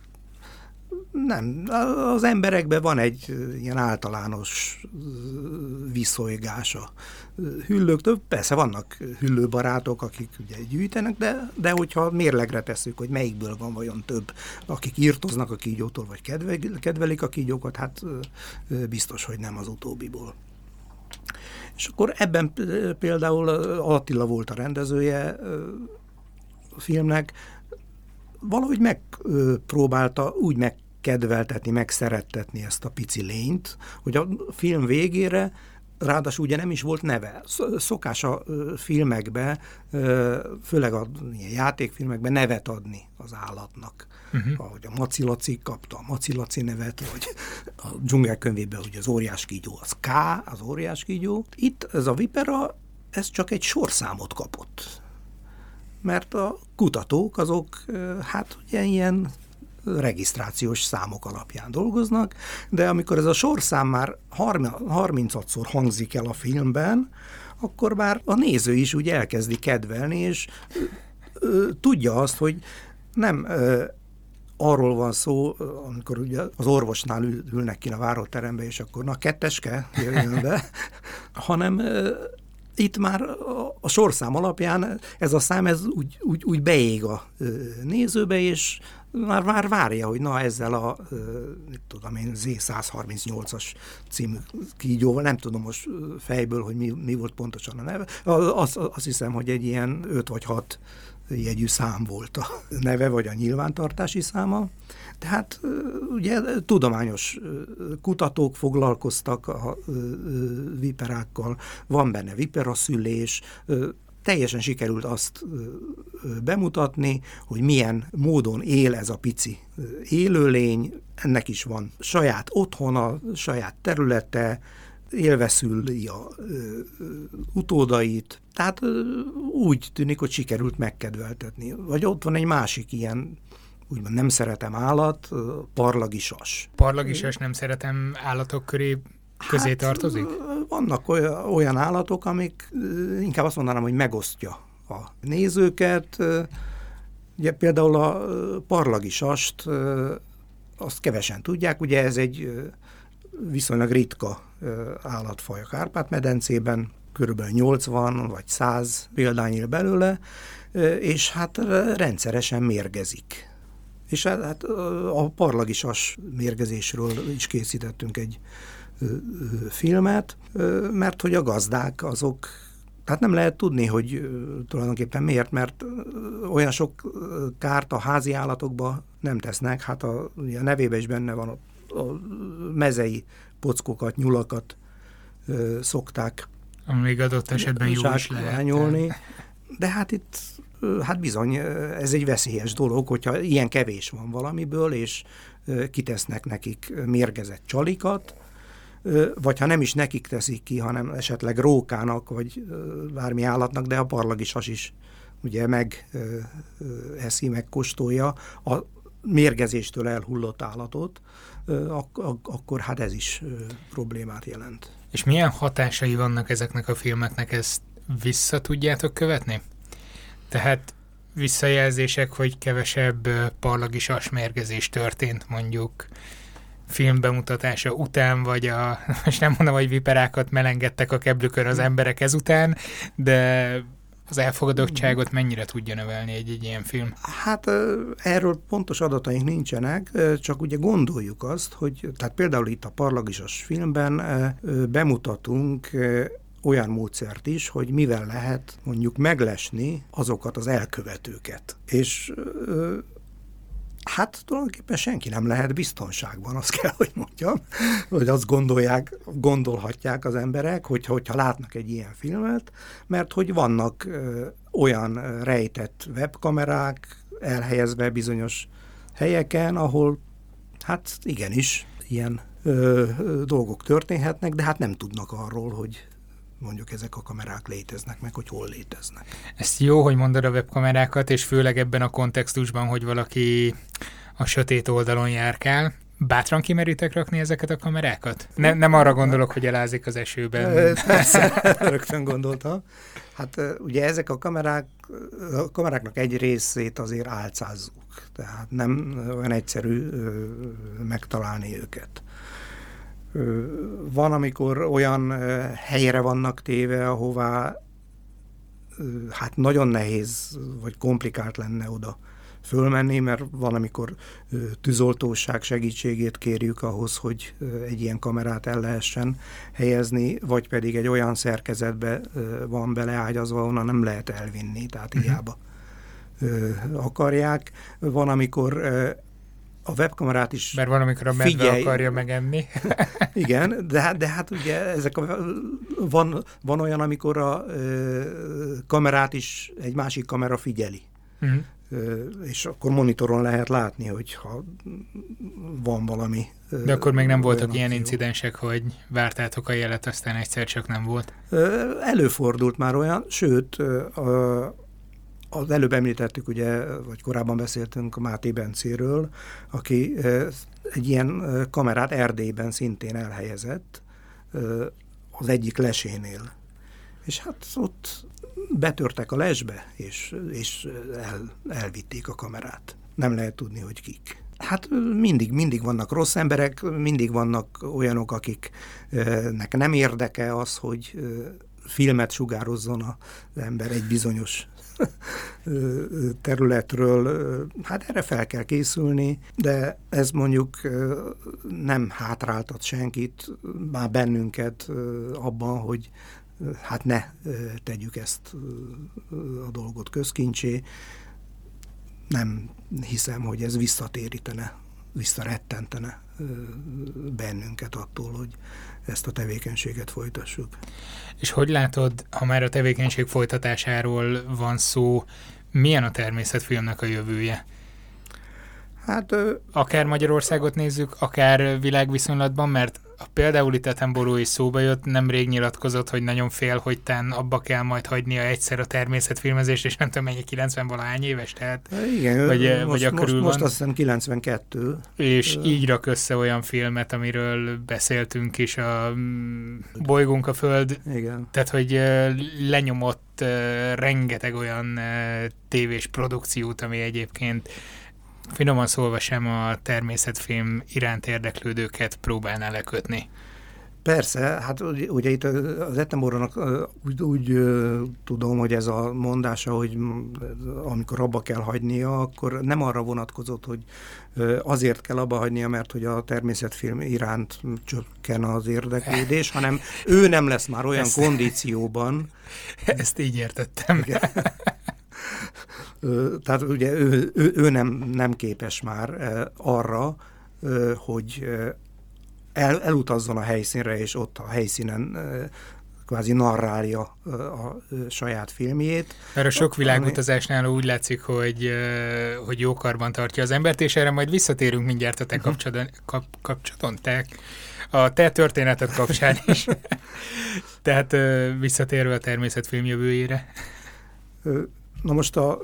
nem, az emberekben van egy ilyen általános viszolygása hüllőktől. Persze vannak hüllőbarátok, akik ugye gyűjtenek, de, de hogyha mérlegre tesszük, hogy melyikből van vajon több, akik írtoznak a kígyótól, vagy kedve, kedvelik a kígyókat, hát biztos, hogy nem az utóbbiból. És akkor ebben például Attila volt a rendezője a filmnek, valahogy megpróbálta úgy megkedveltetni, megszerettetni ezt a pici lényt, hogy a film végére ráadásul ugye nem is volt neve. Szokás a filmekbe, főleg a játékfilmekben nevet adni az állatnak. Uh-huh. Ahogy a Maci Laci kapta a Maci Laci nevet, vagy a Dzsungel könyvében ugye az óriás kígyó, az K, az óriás kígyó. Itt ez a Vipera, ez csak egy sorszámot kapott. Mert a kutatók azok, hát ugye ilyen regisztrációs számok alapján dolgoznak, de amikor ez a sorszám már harmincadszor hangzik el a filmben, akkor már a néző is úgy elkezdi kedvelni, és ö, tudja azt, hogy nem ö, arról van szó, amikor ugye az orvosnál ül, ülnek ki a váróterembe, és akkor na ketteske jöjjön be, hanem ö, itt már a, a sorszám alapján ez a szám ez úgy, úgy, úgy beég a ö, nézőbe, és már, már várja, hogy na ezzel a mit tudom én, zé száz harmincnyolcas című kígyóval, nem tudom most fejből, hogy mi, mi volt pontosan a neve. Azt, azt hiszem, hogy egy ilyen öt vagy hat jegyű szám volt a neve, vagy a nyilvántartási száma. Tehát ugye tudományos kutatók foglalkoztak a viperákkal, van benne viperaszülés, teljesen sikerült azt bemutatni, hogy milyen módon él ez a pici élőlény, ennek is van saját otthona, saját területe, élveszüli a utódait, tehát úgy tűnik, hogy sikerült megkedveltetni. Vagy ott van egy másik ilyen, úgymond nem szeretem állat, parlagisas. Parlagisas nem szeretem állatok köré közé hát, tartozik? Vannak olyan állatok, amik inkább azt mondanám, hogy megosztja a nézőket. Ugye például a parlagisast, azt kevesen tudják, ugye ez egy viszonylag ritka állatfaj a Kárpát-medencében, körülbelül nyolcvan vagy száz példány él belőle, és hát rendszeresen mérgezik. És hát a parlagisas mérgezésről is készítettünk egy filmet, mert hogy a gazdák azok, tehát nem lehet tudni, hogy tulajdonképpen miért, mert olyan sok kárt a házi állatokba nem tesznek, hát a, a nevében is benne van, a, a mezei pockokat, nyulakat ö, szokták még adott esetben jó is lehet. De hát itt, hát bizony, ez egy veszélyes dolog, hogyha ilyen kevés van valamiből, és kitesznek nekik mérgezett csalikat, vagy ha nem is nekik teszik ki, hanem esetleg rókának, vagy bármi állatnak, de a parlagisas is ugye meg eszi, megkóstolja a mérgezéstől elhullott állatot, ak- ak- akkor hát ez is problémát jelent. És milyen hatásai vannak ezeknek a filmeknek, ezt vissza tudjátok követni? Tehát visszajelzések, hogy kevesebb parlagisas mérgezés történt mondjuk film bemutatása után, vagy a, most nem mondom, hogy viperákat melengedtek a keblükön az emberek ezután, de az elfogadottságot mennyire tudja növelni egy-egy ilyen film? Hát erről pontos adataink nincsenek, csak ugye gondoljuk azt, hogy tehát például itt a parlagisas filmben bemutatunk olyan módszert is, hogy mivel lehet mondjuk meglesni azokat az elkövetőket. És hát tulajdonképpen senki nem lehet biztonságban, azt kell, hogy mondjam, hogy azt gondolják, gondolhatják az emberek, hogyha, hogyha látnak egy ilyen filmet, mert hogy vannak ö, olyan rejtett webkamerák elhelyezve bizonyos helyeken, ahol hát igenis ilyen ö, ö, dolgok történhetnek, de hát nem tudnak arról, hogy mondjuk ezek a kamerák léteznek, meg hogy hol léteznek. Ezt jó, hogy mondod a webkamerákat, és főleg ebben a kontextusban, hogy valaki a sötét oldalon járkál, Bátran kimeritek rakni ezeket a kamerákat? Ne, nem arra gondolok, hogy elázik az esőben. Persze, rögtön gondoltam. Hát ugye ezek a kamerák, a kameráknak egy részét azért álcázzuk, tehát nem olyan egyszerű megtalálni őket. Van, amikor olyan helyre vannak téve, ahová hát nagyon nehéz, vagy komplikált lenne oda fölmenni, mert van, amikor tűzoltóság segítségét kérjük ahhoz, hogy egy ilyen kamerát el lehessen helyezni, vagy pedig egy olyan szerkezetbe van beleágyazva, onnan nem lehet elvinni, tehát hiába akarják. Van, amikor a webkamerát is Mert van, amikor a medve figyelj, akarja megenni. Igen, de hát, de hát ugye ezek a, van, van olyan, amikor a kamerát is egy másik kamera figyeli. Uh-huh. És akkor monitoron lehet látni, hogyha van valami. De akkor még nem voltak akció. Ilyen incidensek, hogy vártátok a jelet, aztán egyszer csak nem volt? Előfordult már olyan, sőt, az előbb említettük, ugye, vagy korábban beszéltünk Máté Bencéről, aki egy ilyen kamerát Erdélyben szintén elhelyezett az egyik lesénél. És hát ott betörtek a lesbe, és, és el, elvitték a kamerát. Nem lehet tudni, hogy kik. Hát mindig, mindig vannak rossz emberek, mindig vannak olyanok, akiknek nem érdeke az, hogy filmet sugározzon az ember egy bizonyos területről. Hát erre fel kell készülni, de ez mondjuk nem hátráltat senkit, már bennünket abban, hogy hát ne tegyük ezt a dolgot közkincsé. Nem hiszem, hogy ez visszatérítene, visszarettentene bennünket attól, hogy ezt a tevékenységet folytassuk. És hogy látod, ha már a tevékenység folytatásáról van szó, milyen a természetfilmnek a jövője? Hát, akár Magyarországot nézzük, akár világviszonylatban, mert például itt Attenborough is szóba jött, nemrég nyilatkozott, hogy nagyon fél, hogy tán abba kell majd hagynia egyszer a természetfilmezést, és nem tudom mennyi, kilencven-valahány éves, tehát igen, vagy, most, vagy a most, körül most van. azt hiszem kilencvenkettő. És így rak össze olyan filmet, amiről beszéltünk is, a Bolygónk a Föld. Igen. Tehát, hogy lenyomott rengeteg olyan tévés produkciót, ami egyébként finoman szólva sem a természetfilm iránt érdeklődőket próbálná lekötni. Persze, hát ugye itt az Attenborough-nak úgy, úgy tudom, hogy ez a mondása, hogy amikor abba kell hagynia, akkor nem arra vonatkozott, hogy azért kell abba hagynia, mert hogy a természetfilm iránt csökken az érdeklődés, hanem ő nem lesz már olyan ezt, kondícióban. Ezt így értettem. Igen. Tehát ugye ő, ő, ő nem, nem képes már arra, hogy el, elutazzon a helyszínre, és ott a helyszínen kvázi narrálja a saját filmjét. Mert a sok világutazásnál úgy látszik, hogy, hogy jó karban tartja az embert, és erre majd visszatérünk mindjárt a te kapcsolaton, kap, kapcsolaton, te, a te történeted kapcsán is. Tehát visszatérve a természetfilm jövőjére. Na most a,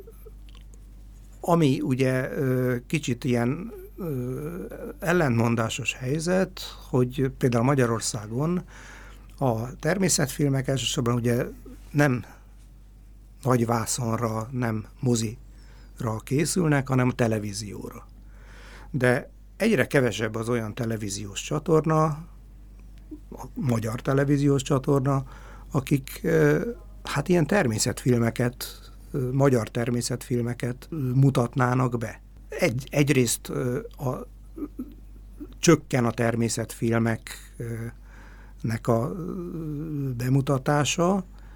ami ugye kicsit ilyen ellentmondásos helyzet, hogy például Magyarországon a természetfilmek elsősorban ugye nem nagy vászonra, nem mozira készülnek, hanem televízióra. De egyre kevesebb az olyan televíziós csatorna, a magyar televíziós csatorna, akik hát ilyen természetfilmeket, magyar természetfilmeket mutatnának be. Egy, egyrészt a, csökken a természetfilmeknek a bemutatása,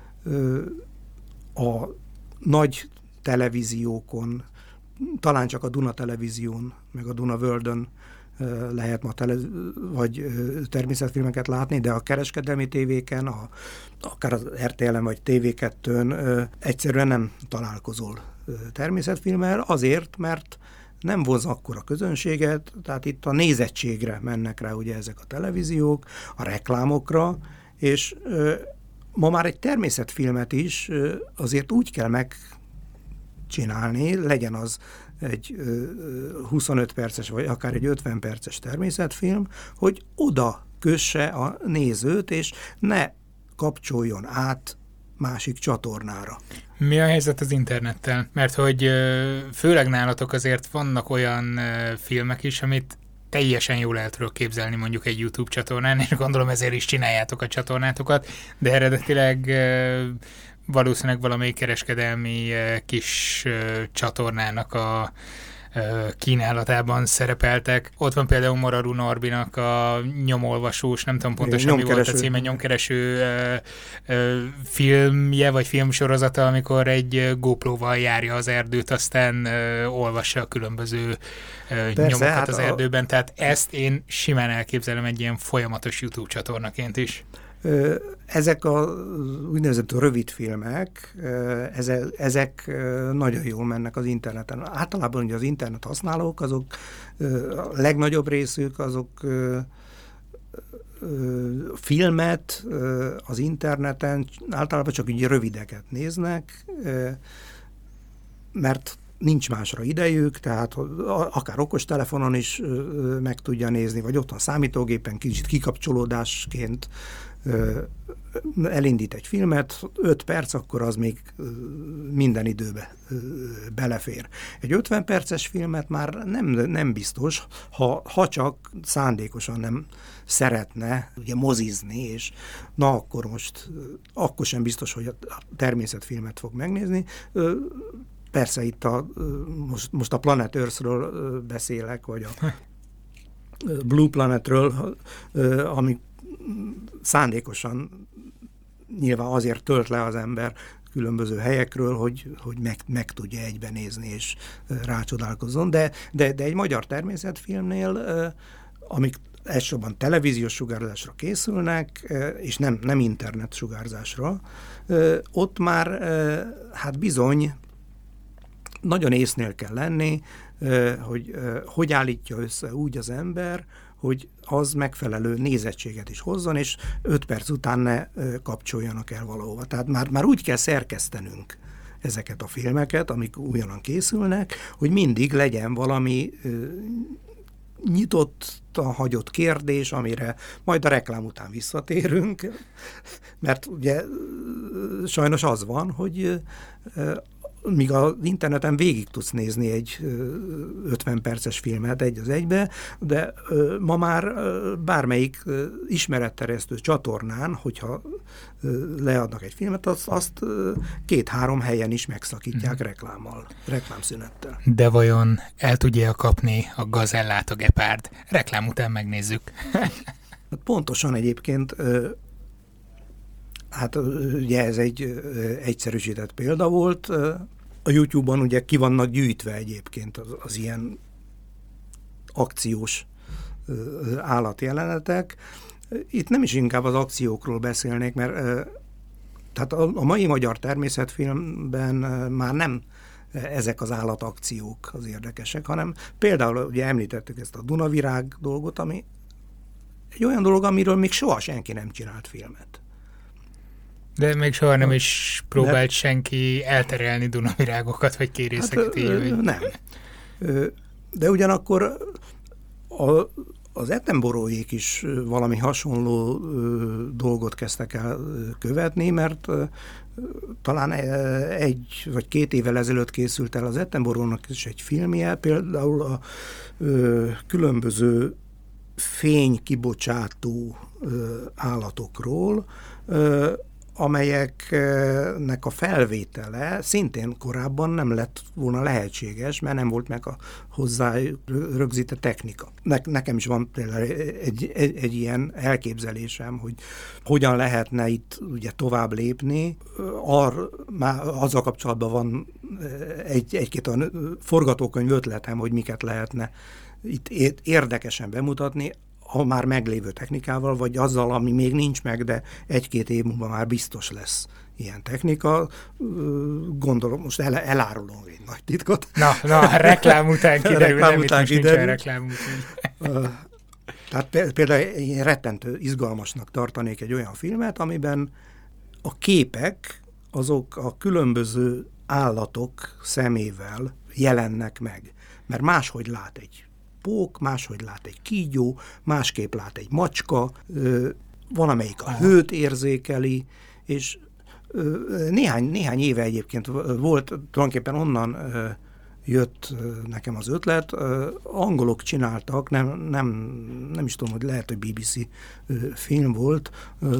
a nagy televíziókon, talán csak a Duna Televízión, meg a Duna Worldön lehet ma tele, vagy természetfilmeket látni, de a kereskedelmi tévéken, a, akár az er té el-en vagy té vé kettőn egyszerűen nem találkozol természetfilmmel, azért, mert nem vonz akkora közönséget, tehát itt a nézettségre mennek rá ugye ezek a televíziók, a reklámokra, és ö, ma már egy természetfilmet is ö, azért úgy kell megcsinálni, legyen az egy huszonöt perces, vagy akár egy ötven perces természetfilm, hogy oda kösse a nézőt, és ne kapcsoljon át másik csatornára. Mi a helyzet az internettel? Mert hogy főleg nálatok azért vannak olyan filmek is, amit teljesen jól el tudok képzelni mondjuk egy YouTube csatornán, és gondolom ezért is csináljátok a csatornátokat, de eredetileg valószínűleg valamelyik kereskedelmi kis csatornának a kínálatában szerepeltek. Ott van például Moraru Norbinak a nyomolvasós, nem tudom pontosan mi volt a címe, nyomkereső ö, ö, filmje, vagy filmsorozata, amikor egy GoPro-val járja az erdőt, aztán ö, olvassa a különböző ö, Persze, nyomokat hát az erdőben. A... Tehát ezt én simán elképzelem egy ilyen folyamatos YouTube csatornaként is. Ezek a úgynevezett rövid filmek, ezek nagyon jól mennek az interneten. Általában ugye az internet használók, azok a legnagyobb részük, azok filmet az interneten általában csak így rövideket néznek, mert nincs másra idejük, tehát akár okostelefonon is meg tudja nézni, vagy otthon számítógépen kicsit kikapcsolódásként elindít egy filmet, öt perc, akkor az még minden időbe belefér. Egy ötven perces filmet már nem, nem biztos, ha, ha csak szándékosan nem szeretne ugye mozizni, és na akkor most, akkor sem biztos, hogy a természetfilmet fog megnézni. Persze itt a, most, most a Planet Earth-ről beszélek, vagy a Blue Planetről, ami szándékosan nyilván azért tölt le az ember különböző helyekről, hogy, hogy meg, meg tudja egyben nézni és rácsodálkozzon. De, de, de egy magyar természetfilmnél, amik elsősorban televíziós sugárzásra készülnek, és nem, nem internet sugárzásra, ott már hát bizony nagyon észnél kell lenni, hogy hogy állítja össze úgy az ember, hogy az megfelelő nézettséget is hozzon, és öt perc után ne kapcsoljanak el valahova. Tehát már, már úgy kell szerkesztenünk ezeket a filmeket, amik újonnan készülnek, hogy mindig legyen valami nyitott, hagyott kérdés, amire majd a reklám után visszatérünk, mert ugye sajnos az van, hogy míg az interneten végig tudsz nézni egy ötven perces filmet egy az egybe, de ma már bármelyik ismeretterjesztő csatornán, hogyha leadnak egy filmet, azt, azt két-három helyen is megszakítják reklámmal, reklámszünettel. De vajon el tudja kapni a gazellát a gepárd? Reklám után megnézzük. Pontosan egyébként. Hát ugye ez egy egyszerűsített példa volt. A YouTube-on ugye ki vannak gyűjtve egyébként az, az ilyen akciós állatjelenetek. Itt nem is inkább az akciókról beszélnék, mert tehát a, a mai magyar természetfilmben már nem ezek az állatakciók az érdekesek, hanem például ugye említettük ezt a Dunavirág dolgot, ami egy olyan dolog, amiről még soha senki nem csinált filmet. De még soha nem is próbált de, senki elterelni Dunavirágokat, vagy kérészeket hát, így, vagy... Nem. De ugyanakkor a, az Attenboroughék is valami hasonló dolgot kezdtek el követni, mert talán egy vagy két évvel ezelőtt készült el az Attenboroughnak is egy filmje, például a különböző fénykibocsátó állatokról, amelyeknek a felvétele szintén korábban nem lett volna lehetséges, mert nem volt meg a hozzá rögzített technika. Ne, nekem is van például egy, egy, egy ilyen elképzelésem, hogy hogyan lehetne itt ugye tovább lépni. Ar, már azzal kapcsolatban van egy, egy-két olyan forgatókönyv ötletem, hogy miket lehetne itt érdekesen bemutatni, a már meglévő technikával, vagy azzal, ami még nincs meg, de egy-két év múlva már biztos lesz ilyen technika. Gondolom, most el, elárulom egy nagy titkot. Na, na, a reklám után kiderül, reklám nem után itt kiderül. Nincs reklám után. Tehát például én rettentő izgalmasnak tartanék egy olyan filmet, amiben a képek azok a különböző állatok szemével jelennek meg. Mert máshogy lát egy pók, máshogy lát egy kígyó, másképp lát egy macska, van, amelyik a hőt érzékeli, és néhány, néhány éve egyébként volt, tulajdonképpen onnan jött nekem az ötlet, angolok csináltak, nem, nem, nem is tudom, hogy lehet, hogy bé bé cé film volt,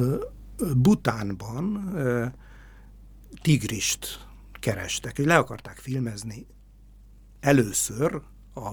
Bhutánban tigrist kerestek, és le akarták filmezni először a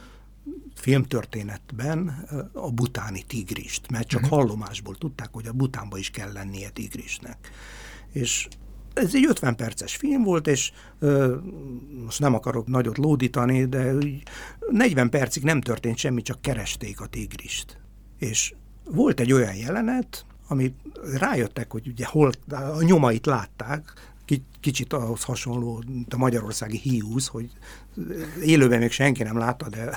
filmtörténetben a bhutáni tigrist, mert csak hallomásból tudták, hogy a Bhutánban is kell lennie tigrisnek. És ez egy ötven perces film volt, és ö, most nem akarok nagyot lódítani, de negyven percig nem történt semmi, csak keresték a tigrist. És volt egy olyan jelenet, amit rájöttek, hogy ugye hol, a nyomait látták, kicsit ahhoz hasonló, mint a magyarországi hiúz, hogy élőben még senki nem látta, de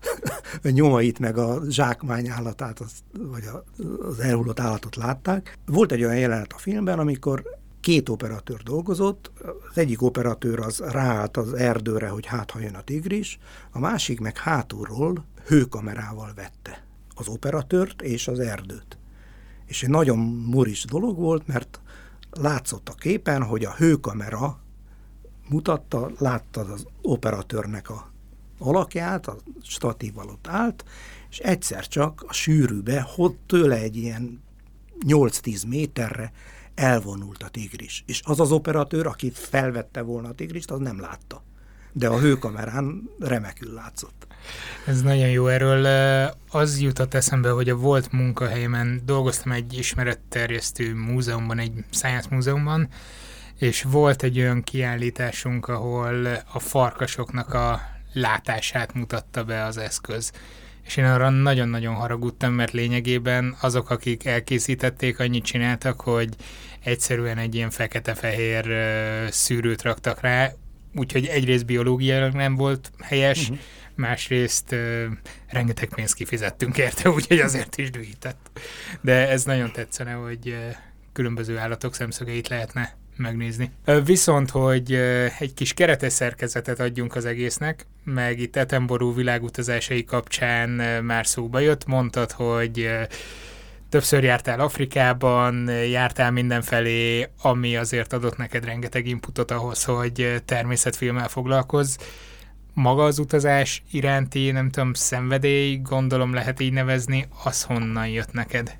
a nyomait meg a zsákmány állatát, az, vagy az elhullott állatot látták. Volt egy olyan jelenet a filmben, amikor két operatőr dolgozott, az egyik operatőr az ráállt az erdőre, hogy hát ha jön a tigris, a másik meg hátulról hőkamerával vette az operatőrt és az erdőt. És egy nagyon muris dolog volt, mert látszott a képen, hogy a hőkamera mutatta, láttad az operatőrnek a alakját, a statívval ott állt, és egyszer csak a sűrűbe, hogy tőle egy ilyen nyolc-tíz méterre elvonult a tigris. És az az operatőr, aki felvette volna a tigrist, az nem látta. De a hőkamerán remekül látszott. Ez nagyon jó. Erről az jutott eszembe, hogy a volt munkahelyemen dolgoztam egy ismeretterjesztő múzeumban, egy Science múzeumban, és volt egy olyan kiállításunk, ahol a farkasoknak a látását mutatta be az eszköz. És én arra nagyon-nagyon haragudtam, mert lényegében azok, akik elkészítették, annyit csináltak, hogy egyszerűen egy ilyen fekete-fehér szűrőt raktak rá, úgyhogy egyrészt biológiailag nem volt helyes, uh-huh. másrészt uh, rengeteg pénzt kifizettünk érte, úgyhogy azért is dühített. De ez nagyon tetszene, hogy uh, különböző állatok szemszögeit lehetne megnézni. Uh, viszont, hogy uh, egy kis keretes szerkezetet adjunk az egésznek, meg itt Attenborough világutazásai kapcsán uh, már szóba jött, mondtad, hogy uh, többször jártál Afrikában, jártál mindenfelé, ami azért adott neked rengeteg inputot ahhoz, hogy természetfilmmel foglalkozz. Maga az utazás iránti, nem tudom, szenvedély, gondolom lehet így nevezni, az honnan jött neked?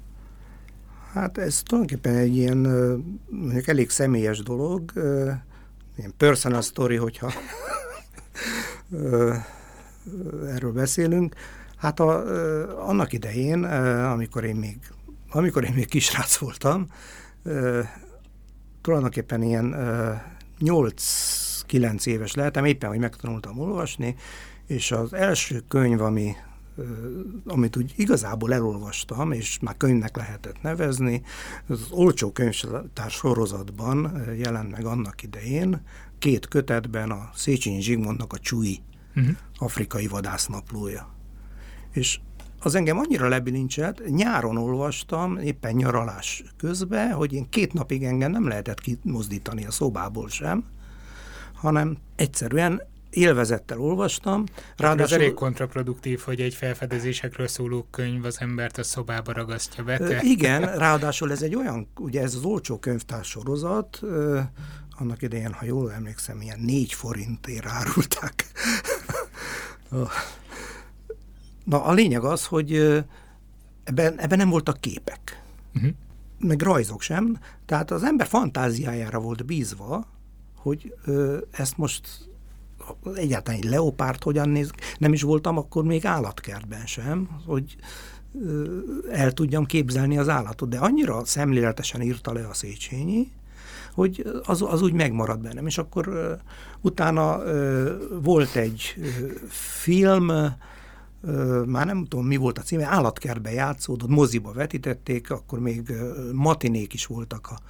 Hát ez tulajdonképpen egy ilyen mondjuk elég személyes dolog, ilyen personal story, hogyha erről beszélünk. Hát a, annak idején, amikor én még, amikor én még kisrác voltam, tulajdonképpen ilyen nyolc-kilenc éves lehetem, éppen, hogy megtanultam olvasni, és az első könyv, ami, amit úgy igazából elolvastam, és már könyvnek lehetett nevezni, az Olcsó könyvtár sorozatban jelent meg annak idején, két kötetben a Széchenyi Zsigmondnak a Csui, uh-huh. afrikai vadásznaplója. És az engem annyira lebilincselt, nyáron olvastam, éppen nyaralás közben, hogy én két napig engem nem lehetett kimozdítani a szobából sem, hanem egyszerűen élvezettel olvastam. Ráadásul... Ez elég kontraproduktív, hogy egy felfedezésekről szóló könyv az embert a szobába ragasztja be. Te... Igen, ráadásul ez egy olyan, ugye ez az Olcsó könyvtár sorozat, annak idején, ha jól emlékszem, ilyen négy forintért árulták. Na, a lényeg az, hogy ebben, ebben nem voltak képek, uh-huh. meg rajzok sem, tehát az ember fantáziájára volt bízva, hogy ö, ezt most egyáltalán egy leopárt hogyan néz, nem is voltam akkor még állatkertben sem, hogy ö, el tudjam képzelni az állatot, de annyira szemléletesen írta le a Széchenyi, hogy az, az úgy megmaradt bennem, és akkor ö, utána ö, volt egy ö, film, már nem tudom, mi volt a címe, Állatkertben játszódott, moziba vetítették, akkor még matinék is voltak a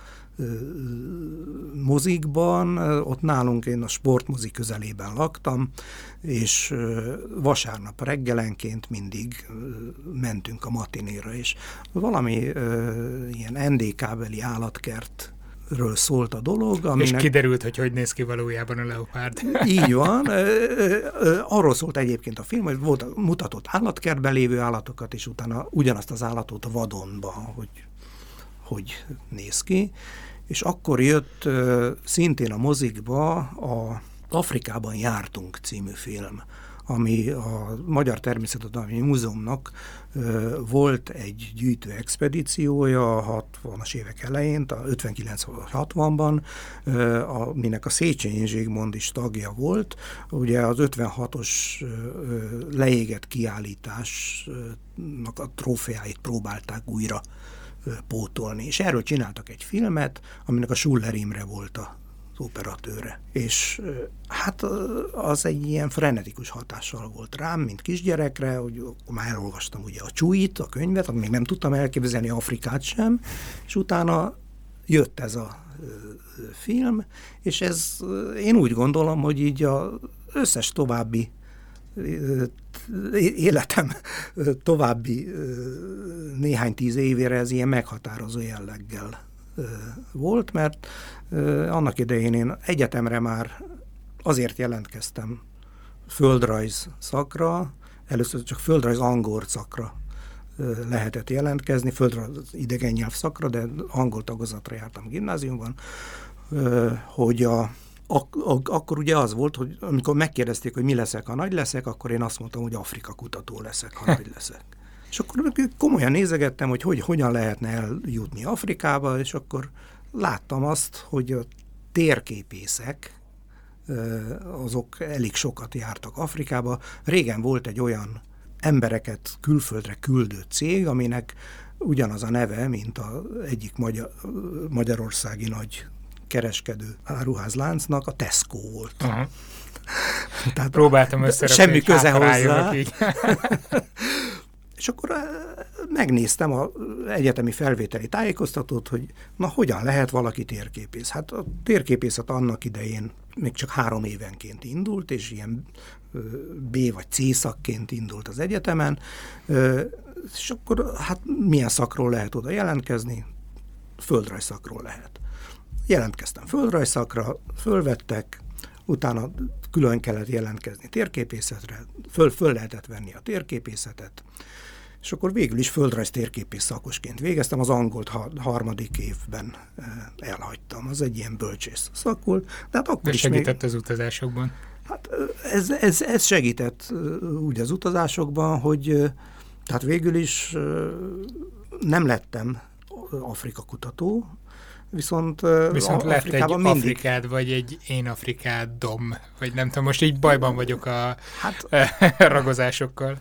mozikban, ott nálunk én a sportmozi közelében laktam, és vasárnap reggelenként mindig mentünk a matinéra, és valami ilyen en dé ká-beli állatkert ről szólt a dolog. Aminek... És kiderült, hogy hogy néz ki valójában a leopárd. Így van. Arról szólt egyébként a film, hogy volt, mutatott állatkertben lévő állatokat, és utána ugyanazt az állatot a vadonba, hogy hogy néz ki. És akkor jött szintén a mozikba a Afrikában jártunk című film, ami a Magyar Természettudományi Múzeumnak volt egy gyűjtő expedíciója a hatvanas évek elején, a ötvenkilenc-hatvanban, aminek a Széchenyi Zsigmond is tagja volt. Ugye az ötvenhatos leégett kiállításnak a trófeáit próbálták újra pótolni. És erről csináltak egy filmet, aminek a Schuller Imre volt a operatőre. És hát az egy ilyen frenetikus hatással volt rám, mint kisgyerekre, hogy már elolvastam ugye a Csúit, a könyvet, még nem tudtam elképzelni Afrikát sem, és utána jött ez a film, és ez én úgy gondolom, hogy így az összes további életem további néhány tíz évére ez ilyen meghatározó jelleggel volt, mert annak idején én egyetemre már azért jelentkeztem földrajz szakra, először csak földrajz angol szakra lehetett jelentkezni, földrajz idegen nyelv szakra, de angol tagozatra jártam gimnáziumban, hogy a Ak- ak- akkor ugye az volt, hogy amikor megkérdezték, hogy mi leszek, ha nagy leszek, akkor én azt mondtam, hogy Afrika kutató leszek, ha nagy leszek. És akkor komolyan nézegettem, hogy, hogy hogyan lehetne eljutni Afrikába, és akkor láttam azt, hogy a térképészek, azok elég sokat jártak Afrikába. Régen volt egy olyan embereket külföldre küldő cég, aminek ugyanaz a neve, mint az egyik magyar, magyarországi nagy kereskedő áruházláncnak, a Tesco volt. Uh-huh. Tehát próbáltam összerakni, semmi köze hozzá. És akkor megnéztem az egyetemi felvételi tájékoztatót, hogy na hogyan lehet valaki térképész. Hát a térképészet annak idején még csak három évenként indult, és ilyen B vagy C szakként indult az egyetemen, és akkor hát milyen szakról lehet oda jelentkezni? Földrajz szakról lehet. Jelentkeztem földrajzszakra, fölvettek, utána külön kellett jelentkezni térképészetre, föl, föl lehetett venni a térképészetet, és akkor végül is földrajz térképész szakosként végeztem, az angolt ha, harmadik évben elhagytam, az egy ilyen bölcsész szak volt. De hát akkor De is segített még, az utazásokban? Hát ez, ez, ez segített úgy az utazásokban, hogy tehát végül is nem lettem Afrika kutató, Viszont, Viszont lett egy mindig... Afrikád, vagy egy én Afrikádom, vagy nem tudom, most így bajban vagyok a hát, ragozásokkal.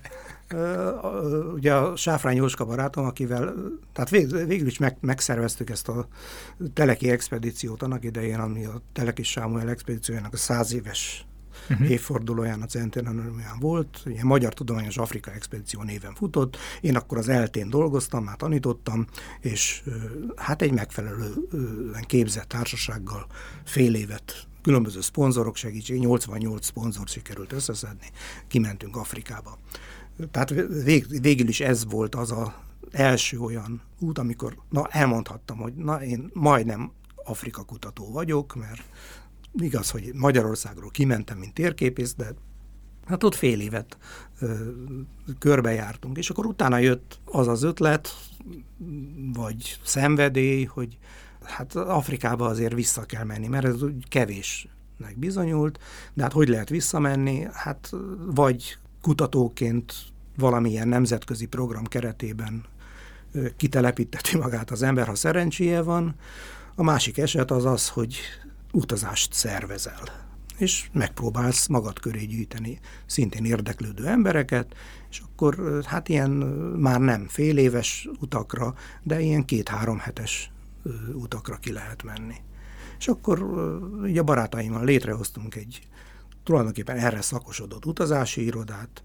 Ugye a Sáfrány Jóska barátom, akivel, tehát végül is meg, megszerveztük ezt a teleki expedíciót annak idején, ami a Teleki Sámuel expedíciójának a száz éves uh-huh. évfordulóján a centenariumán volt, ilyen Magyar Tudományos Afrika Expedíció néven futott. Én akkor az eltén dolgoztam, már tanítottam, és hát egy megfelelően képzett társasággal fél évet különböző szponzorok segítség, nyolcvannyolc szponzort sikerült összeszedni, kimentünk Afrikába. Tehát vég, végül is ez volt az az első olyan út, amikor na, elmondhattam, hogy na, én majdnem Afrika kutató vagyok, mert igaz, hogy Magyarországról kimentem, mint térképész, de hát ott fél évet ö, körbejártunk, és akkor utána jött az az ötlet, vagy szenvedély, hogy hát Afrikába azért vissza kell menni, mert ez úgy kevésnek bizonyult, de hát hogy lehet visszamenni? Hát vagy kutatóként valamilyen nemzetközi program keretében ö, kitelepíteti magát az ember, ha szerencséje van. A másik eset az az, hogy utazást szervezel, és megpróbálsz magad köré gyűjteni szintén érdeklődő embereket, és akkor hát ilyen már nem fél éves utakra, de ilyen két-három hetes utakra ki lehet menni. És akkor ugye a barátaimmal létrehoztunk egy tulajdonképpen erre szakosodott utazási irodát,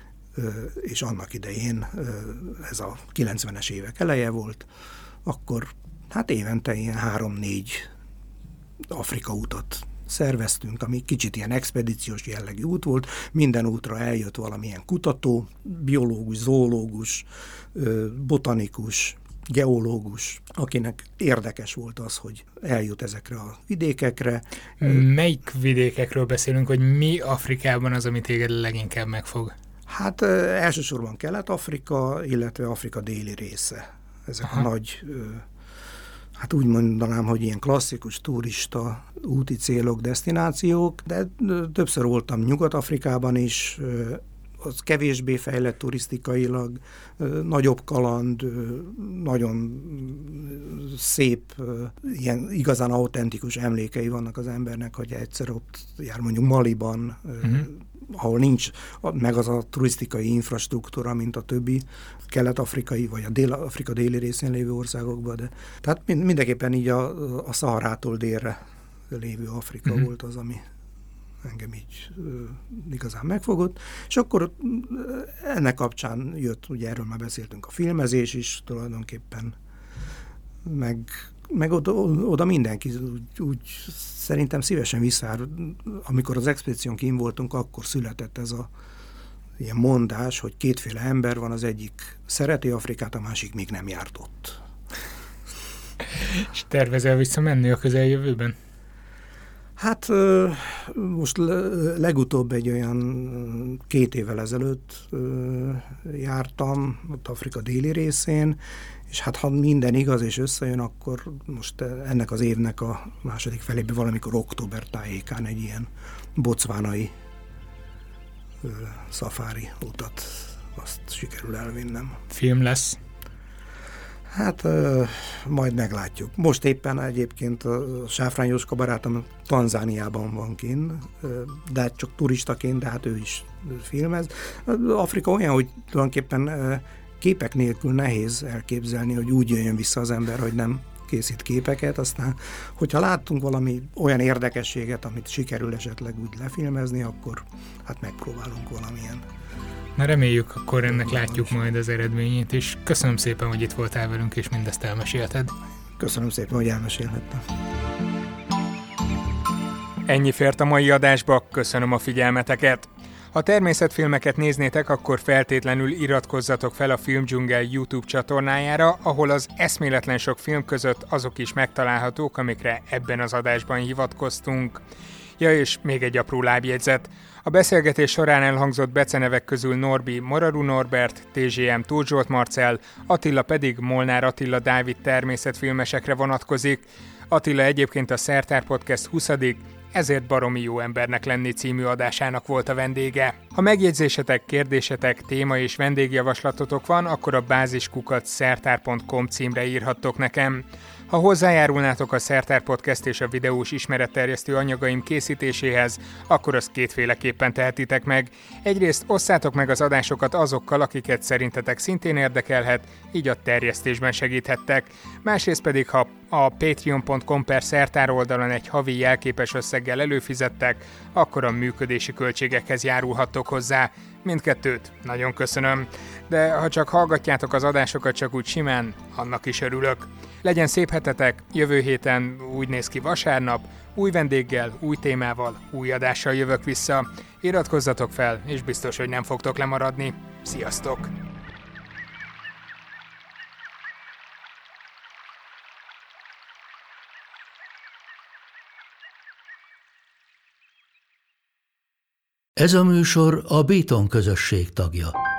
és annak idején ez a kilencvenes évek eleje volt, akkor hát évente ilyen három-négy Afrika utat szerveztünk, ami kicsit ilyen expedíciós jellegű út volt. Minden útra eljött valamilyen kutató, biológus, zoológus, botanikus, geológus, akinek érdekes volt az, hogy eljut ezekre a vidékekre. Melyik vidékekről beszélünk, hogy mi Afrikában az, ami téged leginkább megfog? Hát elsősorban Kelet-Afrika, illetve Afrika déli része. Ezek Aha. a nagy, hát úgy mondanám, hogy ilyen klasszikus turista úti célok, desztinációk, de többször voltam Nyugat-Afrikában is, az kevésbé fejlett turisztikailag, nagyobb kaland, nagyon szép, ilyen igazán autentikus emlékei vannak az embernek, hogy egyszer ott jár mondjuk Maliban, uh-huh. ahol nincs meg az a turisztikai infrastruktúra, mint a többi kelet-afrikai, vagy a Dél-Afrika déli részén lévő országokban. De, tehát mindenképpen így a, a Szaharától délre lévő Afrika uh-huh. volt az, ami engem így uh, igazán megfogott, és akkor ennek kapcsán jött, ugye erről már beszéltünk, a filmezés is tulajdonképpen, meg, meg oda, oda mindenki úgy, úgy szerintem szívesen visszár, amikor az expedíción kint voltunk, akkor született ez a ilyen mondás, hogy kétféle ember van, az egyik szereti Afrikát, a másik még nem járt ott. És tervezel visszamenni a közeljövőben? Hát most legutóbb egy olyan két évvel ezelőtt jártam ott Afrika déli részén, és hát ha minden igaz és összejön, akkor most ennek az évnek a második felében valamikor október tájékán egy ilyen bocvánai szafári utat azt sikerül elvinnem. Film lesz? Hát majd meglátjuk. Most éppen egyébként a Sáfrány Jóska barátom Tanzániában van kint, de csak turistaként, de hát ő is filmez. Afrika olyan, hogy tulajdonképpen képek nélkül nehéz elképzelni, hogy úgy jöjjön vissza az ember, hogy nem készít képeket, aztán hogyha láttunk valami olyan érdekességet, amit sikerül esetleg úgy lefilmezni, akkor hát megpróbálunk valamilyen. Na reméljük, akkor ennek látjuk majd az eredményét, és köszönöm szépen, hogy itt voltál velünk, és mindezt elmesélted. Köszönöm szépen, hogy elmesélhettem. Ennyi fért a mai adásba, köszönöm a figyelmeteket. Ha természetfilmeket néznétek, akkor feltétlenül iratkozzatok fel a Filmdzsungel YouTube csatornájára, ahol az eszméletlen sok film között azok is megtalálhatók, amikre ebben az adásban hivatkoztunk. Ja, és még egy apró lábjegyzet. A beszélgetés során elhangzott becenevek közül Norbi Moraru Norbert, té zé em Tóth Zsolt Marcell, Attila pedig Molnár Attila Dávid természetfilmesekre vonatkozik. Attila egyébként a Szertár Podcast huszadik Ezért baromi jó embernek lenni című adásának volt a vendége. Ha megjegyzésetek, kérdésetek, téma és vendégjavaslatotok van, akkor a báziskukac szertár pont com címre írhattok nekem. Ha hozzájárulnátok a Szertár Podcast és a videós ismeretterjesztő anyagaim készítéséhez, akkor azt kétféleképpen tehetitek meg. Egyrészt osszátok meg az adásokat azokkal, akiket szerintetek szintén érdekelhet, így a terjesztésben segíthettek. Másrészt pedig, ha a patreon pont com per szertár oldalon egy havi jelképes összeggel előfizettek, akkor a működési költségekhez járulhattok hozzá. Mindkettőt nagyon köszönöm, de ha csak hallgatjátok az adásokat csak úgy simán, annak is örülök. Legyen szép hetetek, jövő héten úgy néz ki vasárnap, új vendéggel, új témával, új adással jövök vissza. Iratkozzatok fel, és biztos, hogy nem fogtok lemaradni. Sziasztok! Ez a műsor a Béton közösség tagja.